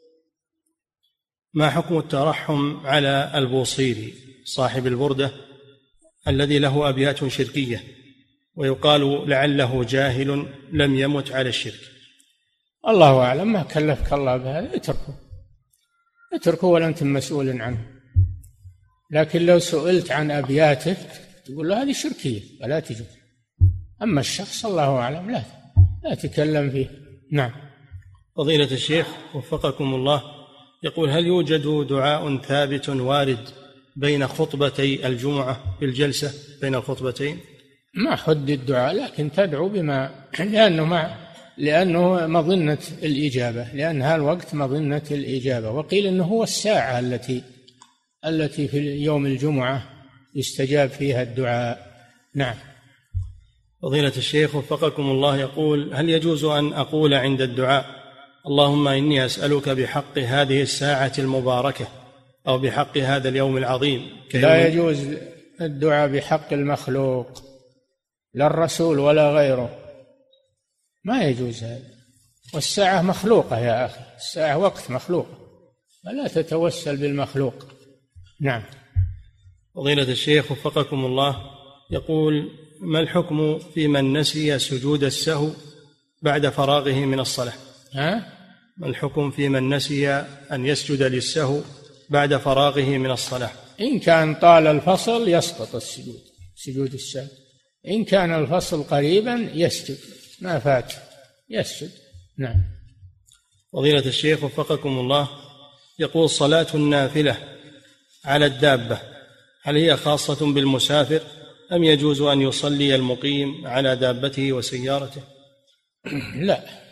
ما حكم الترحم على البوصيري صاحب البردة الذي له أبيات شركية ويقال لعله جاهل لم يمت على الشرك؟ الله أعلم، ما كلفك الله بهذا، اتركه ولا أنت مسؤول عنه. لكن لو سئلت عن أبياته تقول له هذه شركية ولا تجوز. أما الشخص الله أعلم لا تكلم فيه. نعم. فضيلة الشيخ وفقكم الله، يقول: هل يوجد دعاء ثابت وارد بين خطبتي الجمعة في الجلسة بين الخطبتين؟ ما حد الدعاء، لكن تدعو بما لأنه مظنة الإجابة، لأن هذا الوقت مظنة الإجابة. وقيل أنه هو الساعة التي في يوم الجمعة يستجاب فيها الدعاء. نعم. فضيلة الشيخ وفقكم الله، يقول: هل يجوز أن أقول عند الدعاء: اللهم إني أسألك بحق هذه الساعة المباركة، أو بحق هذا اليوم العظيم؟ لا يجوز الدعاء بحق المخلوق، لا الرسول ولا غيره، ما يجوز هذا. والساعة مخلوقة يا أخي، الساعة وقت مخلوق، فلا تتوسل بالمخلوق. نعم. فضيلة الشيخ وفقكم الله، يقول: ما الحكم في من نسي سجود السهو بعد فراغه من الصلاة؟ ما الحكم في من نسي أن يسجد للسهو بعد فراغه من الصلاة؟ إن كان طال الفصل يسقط سجود السهو، إن كان الفصل قريبا يسجد، ما فات يسجد. نعم. فضيلة الشيخ وفقكم الله، يقول: صلاة النافلة على الدابة هل هي خاصة بالمسافر أم يجوز أن يصلي المقيم على دابته وسيارته؟ لا،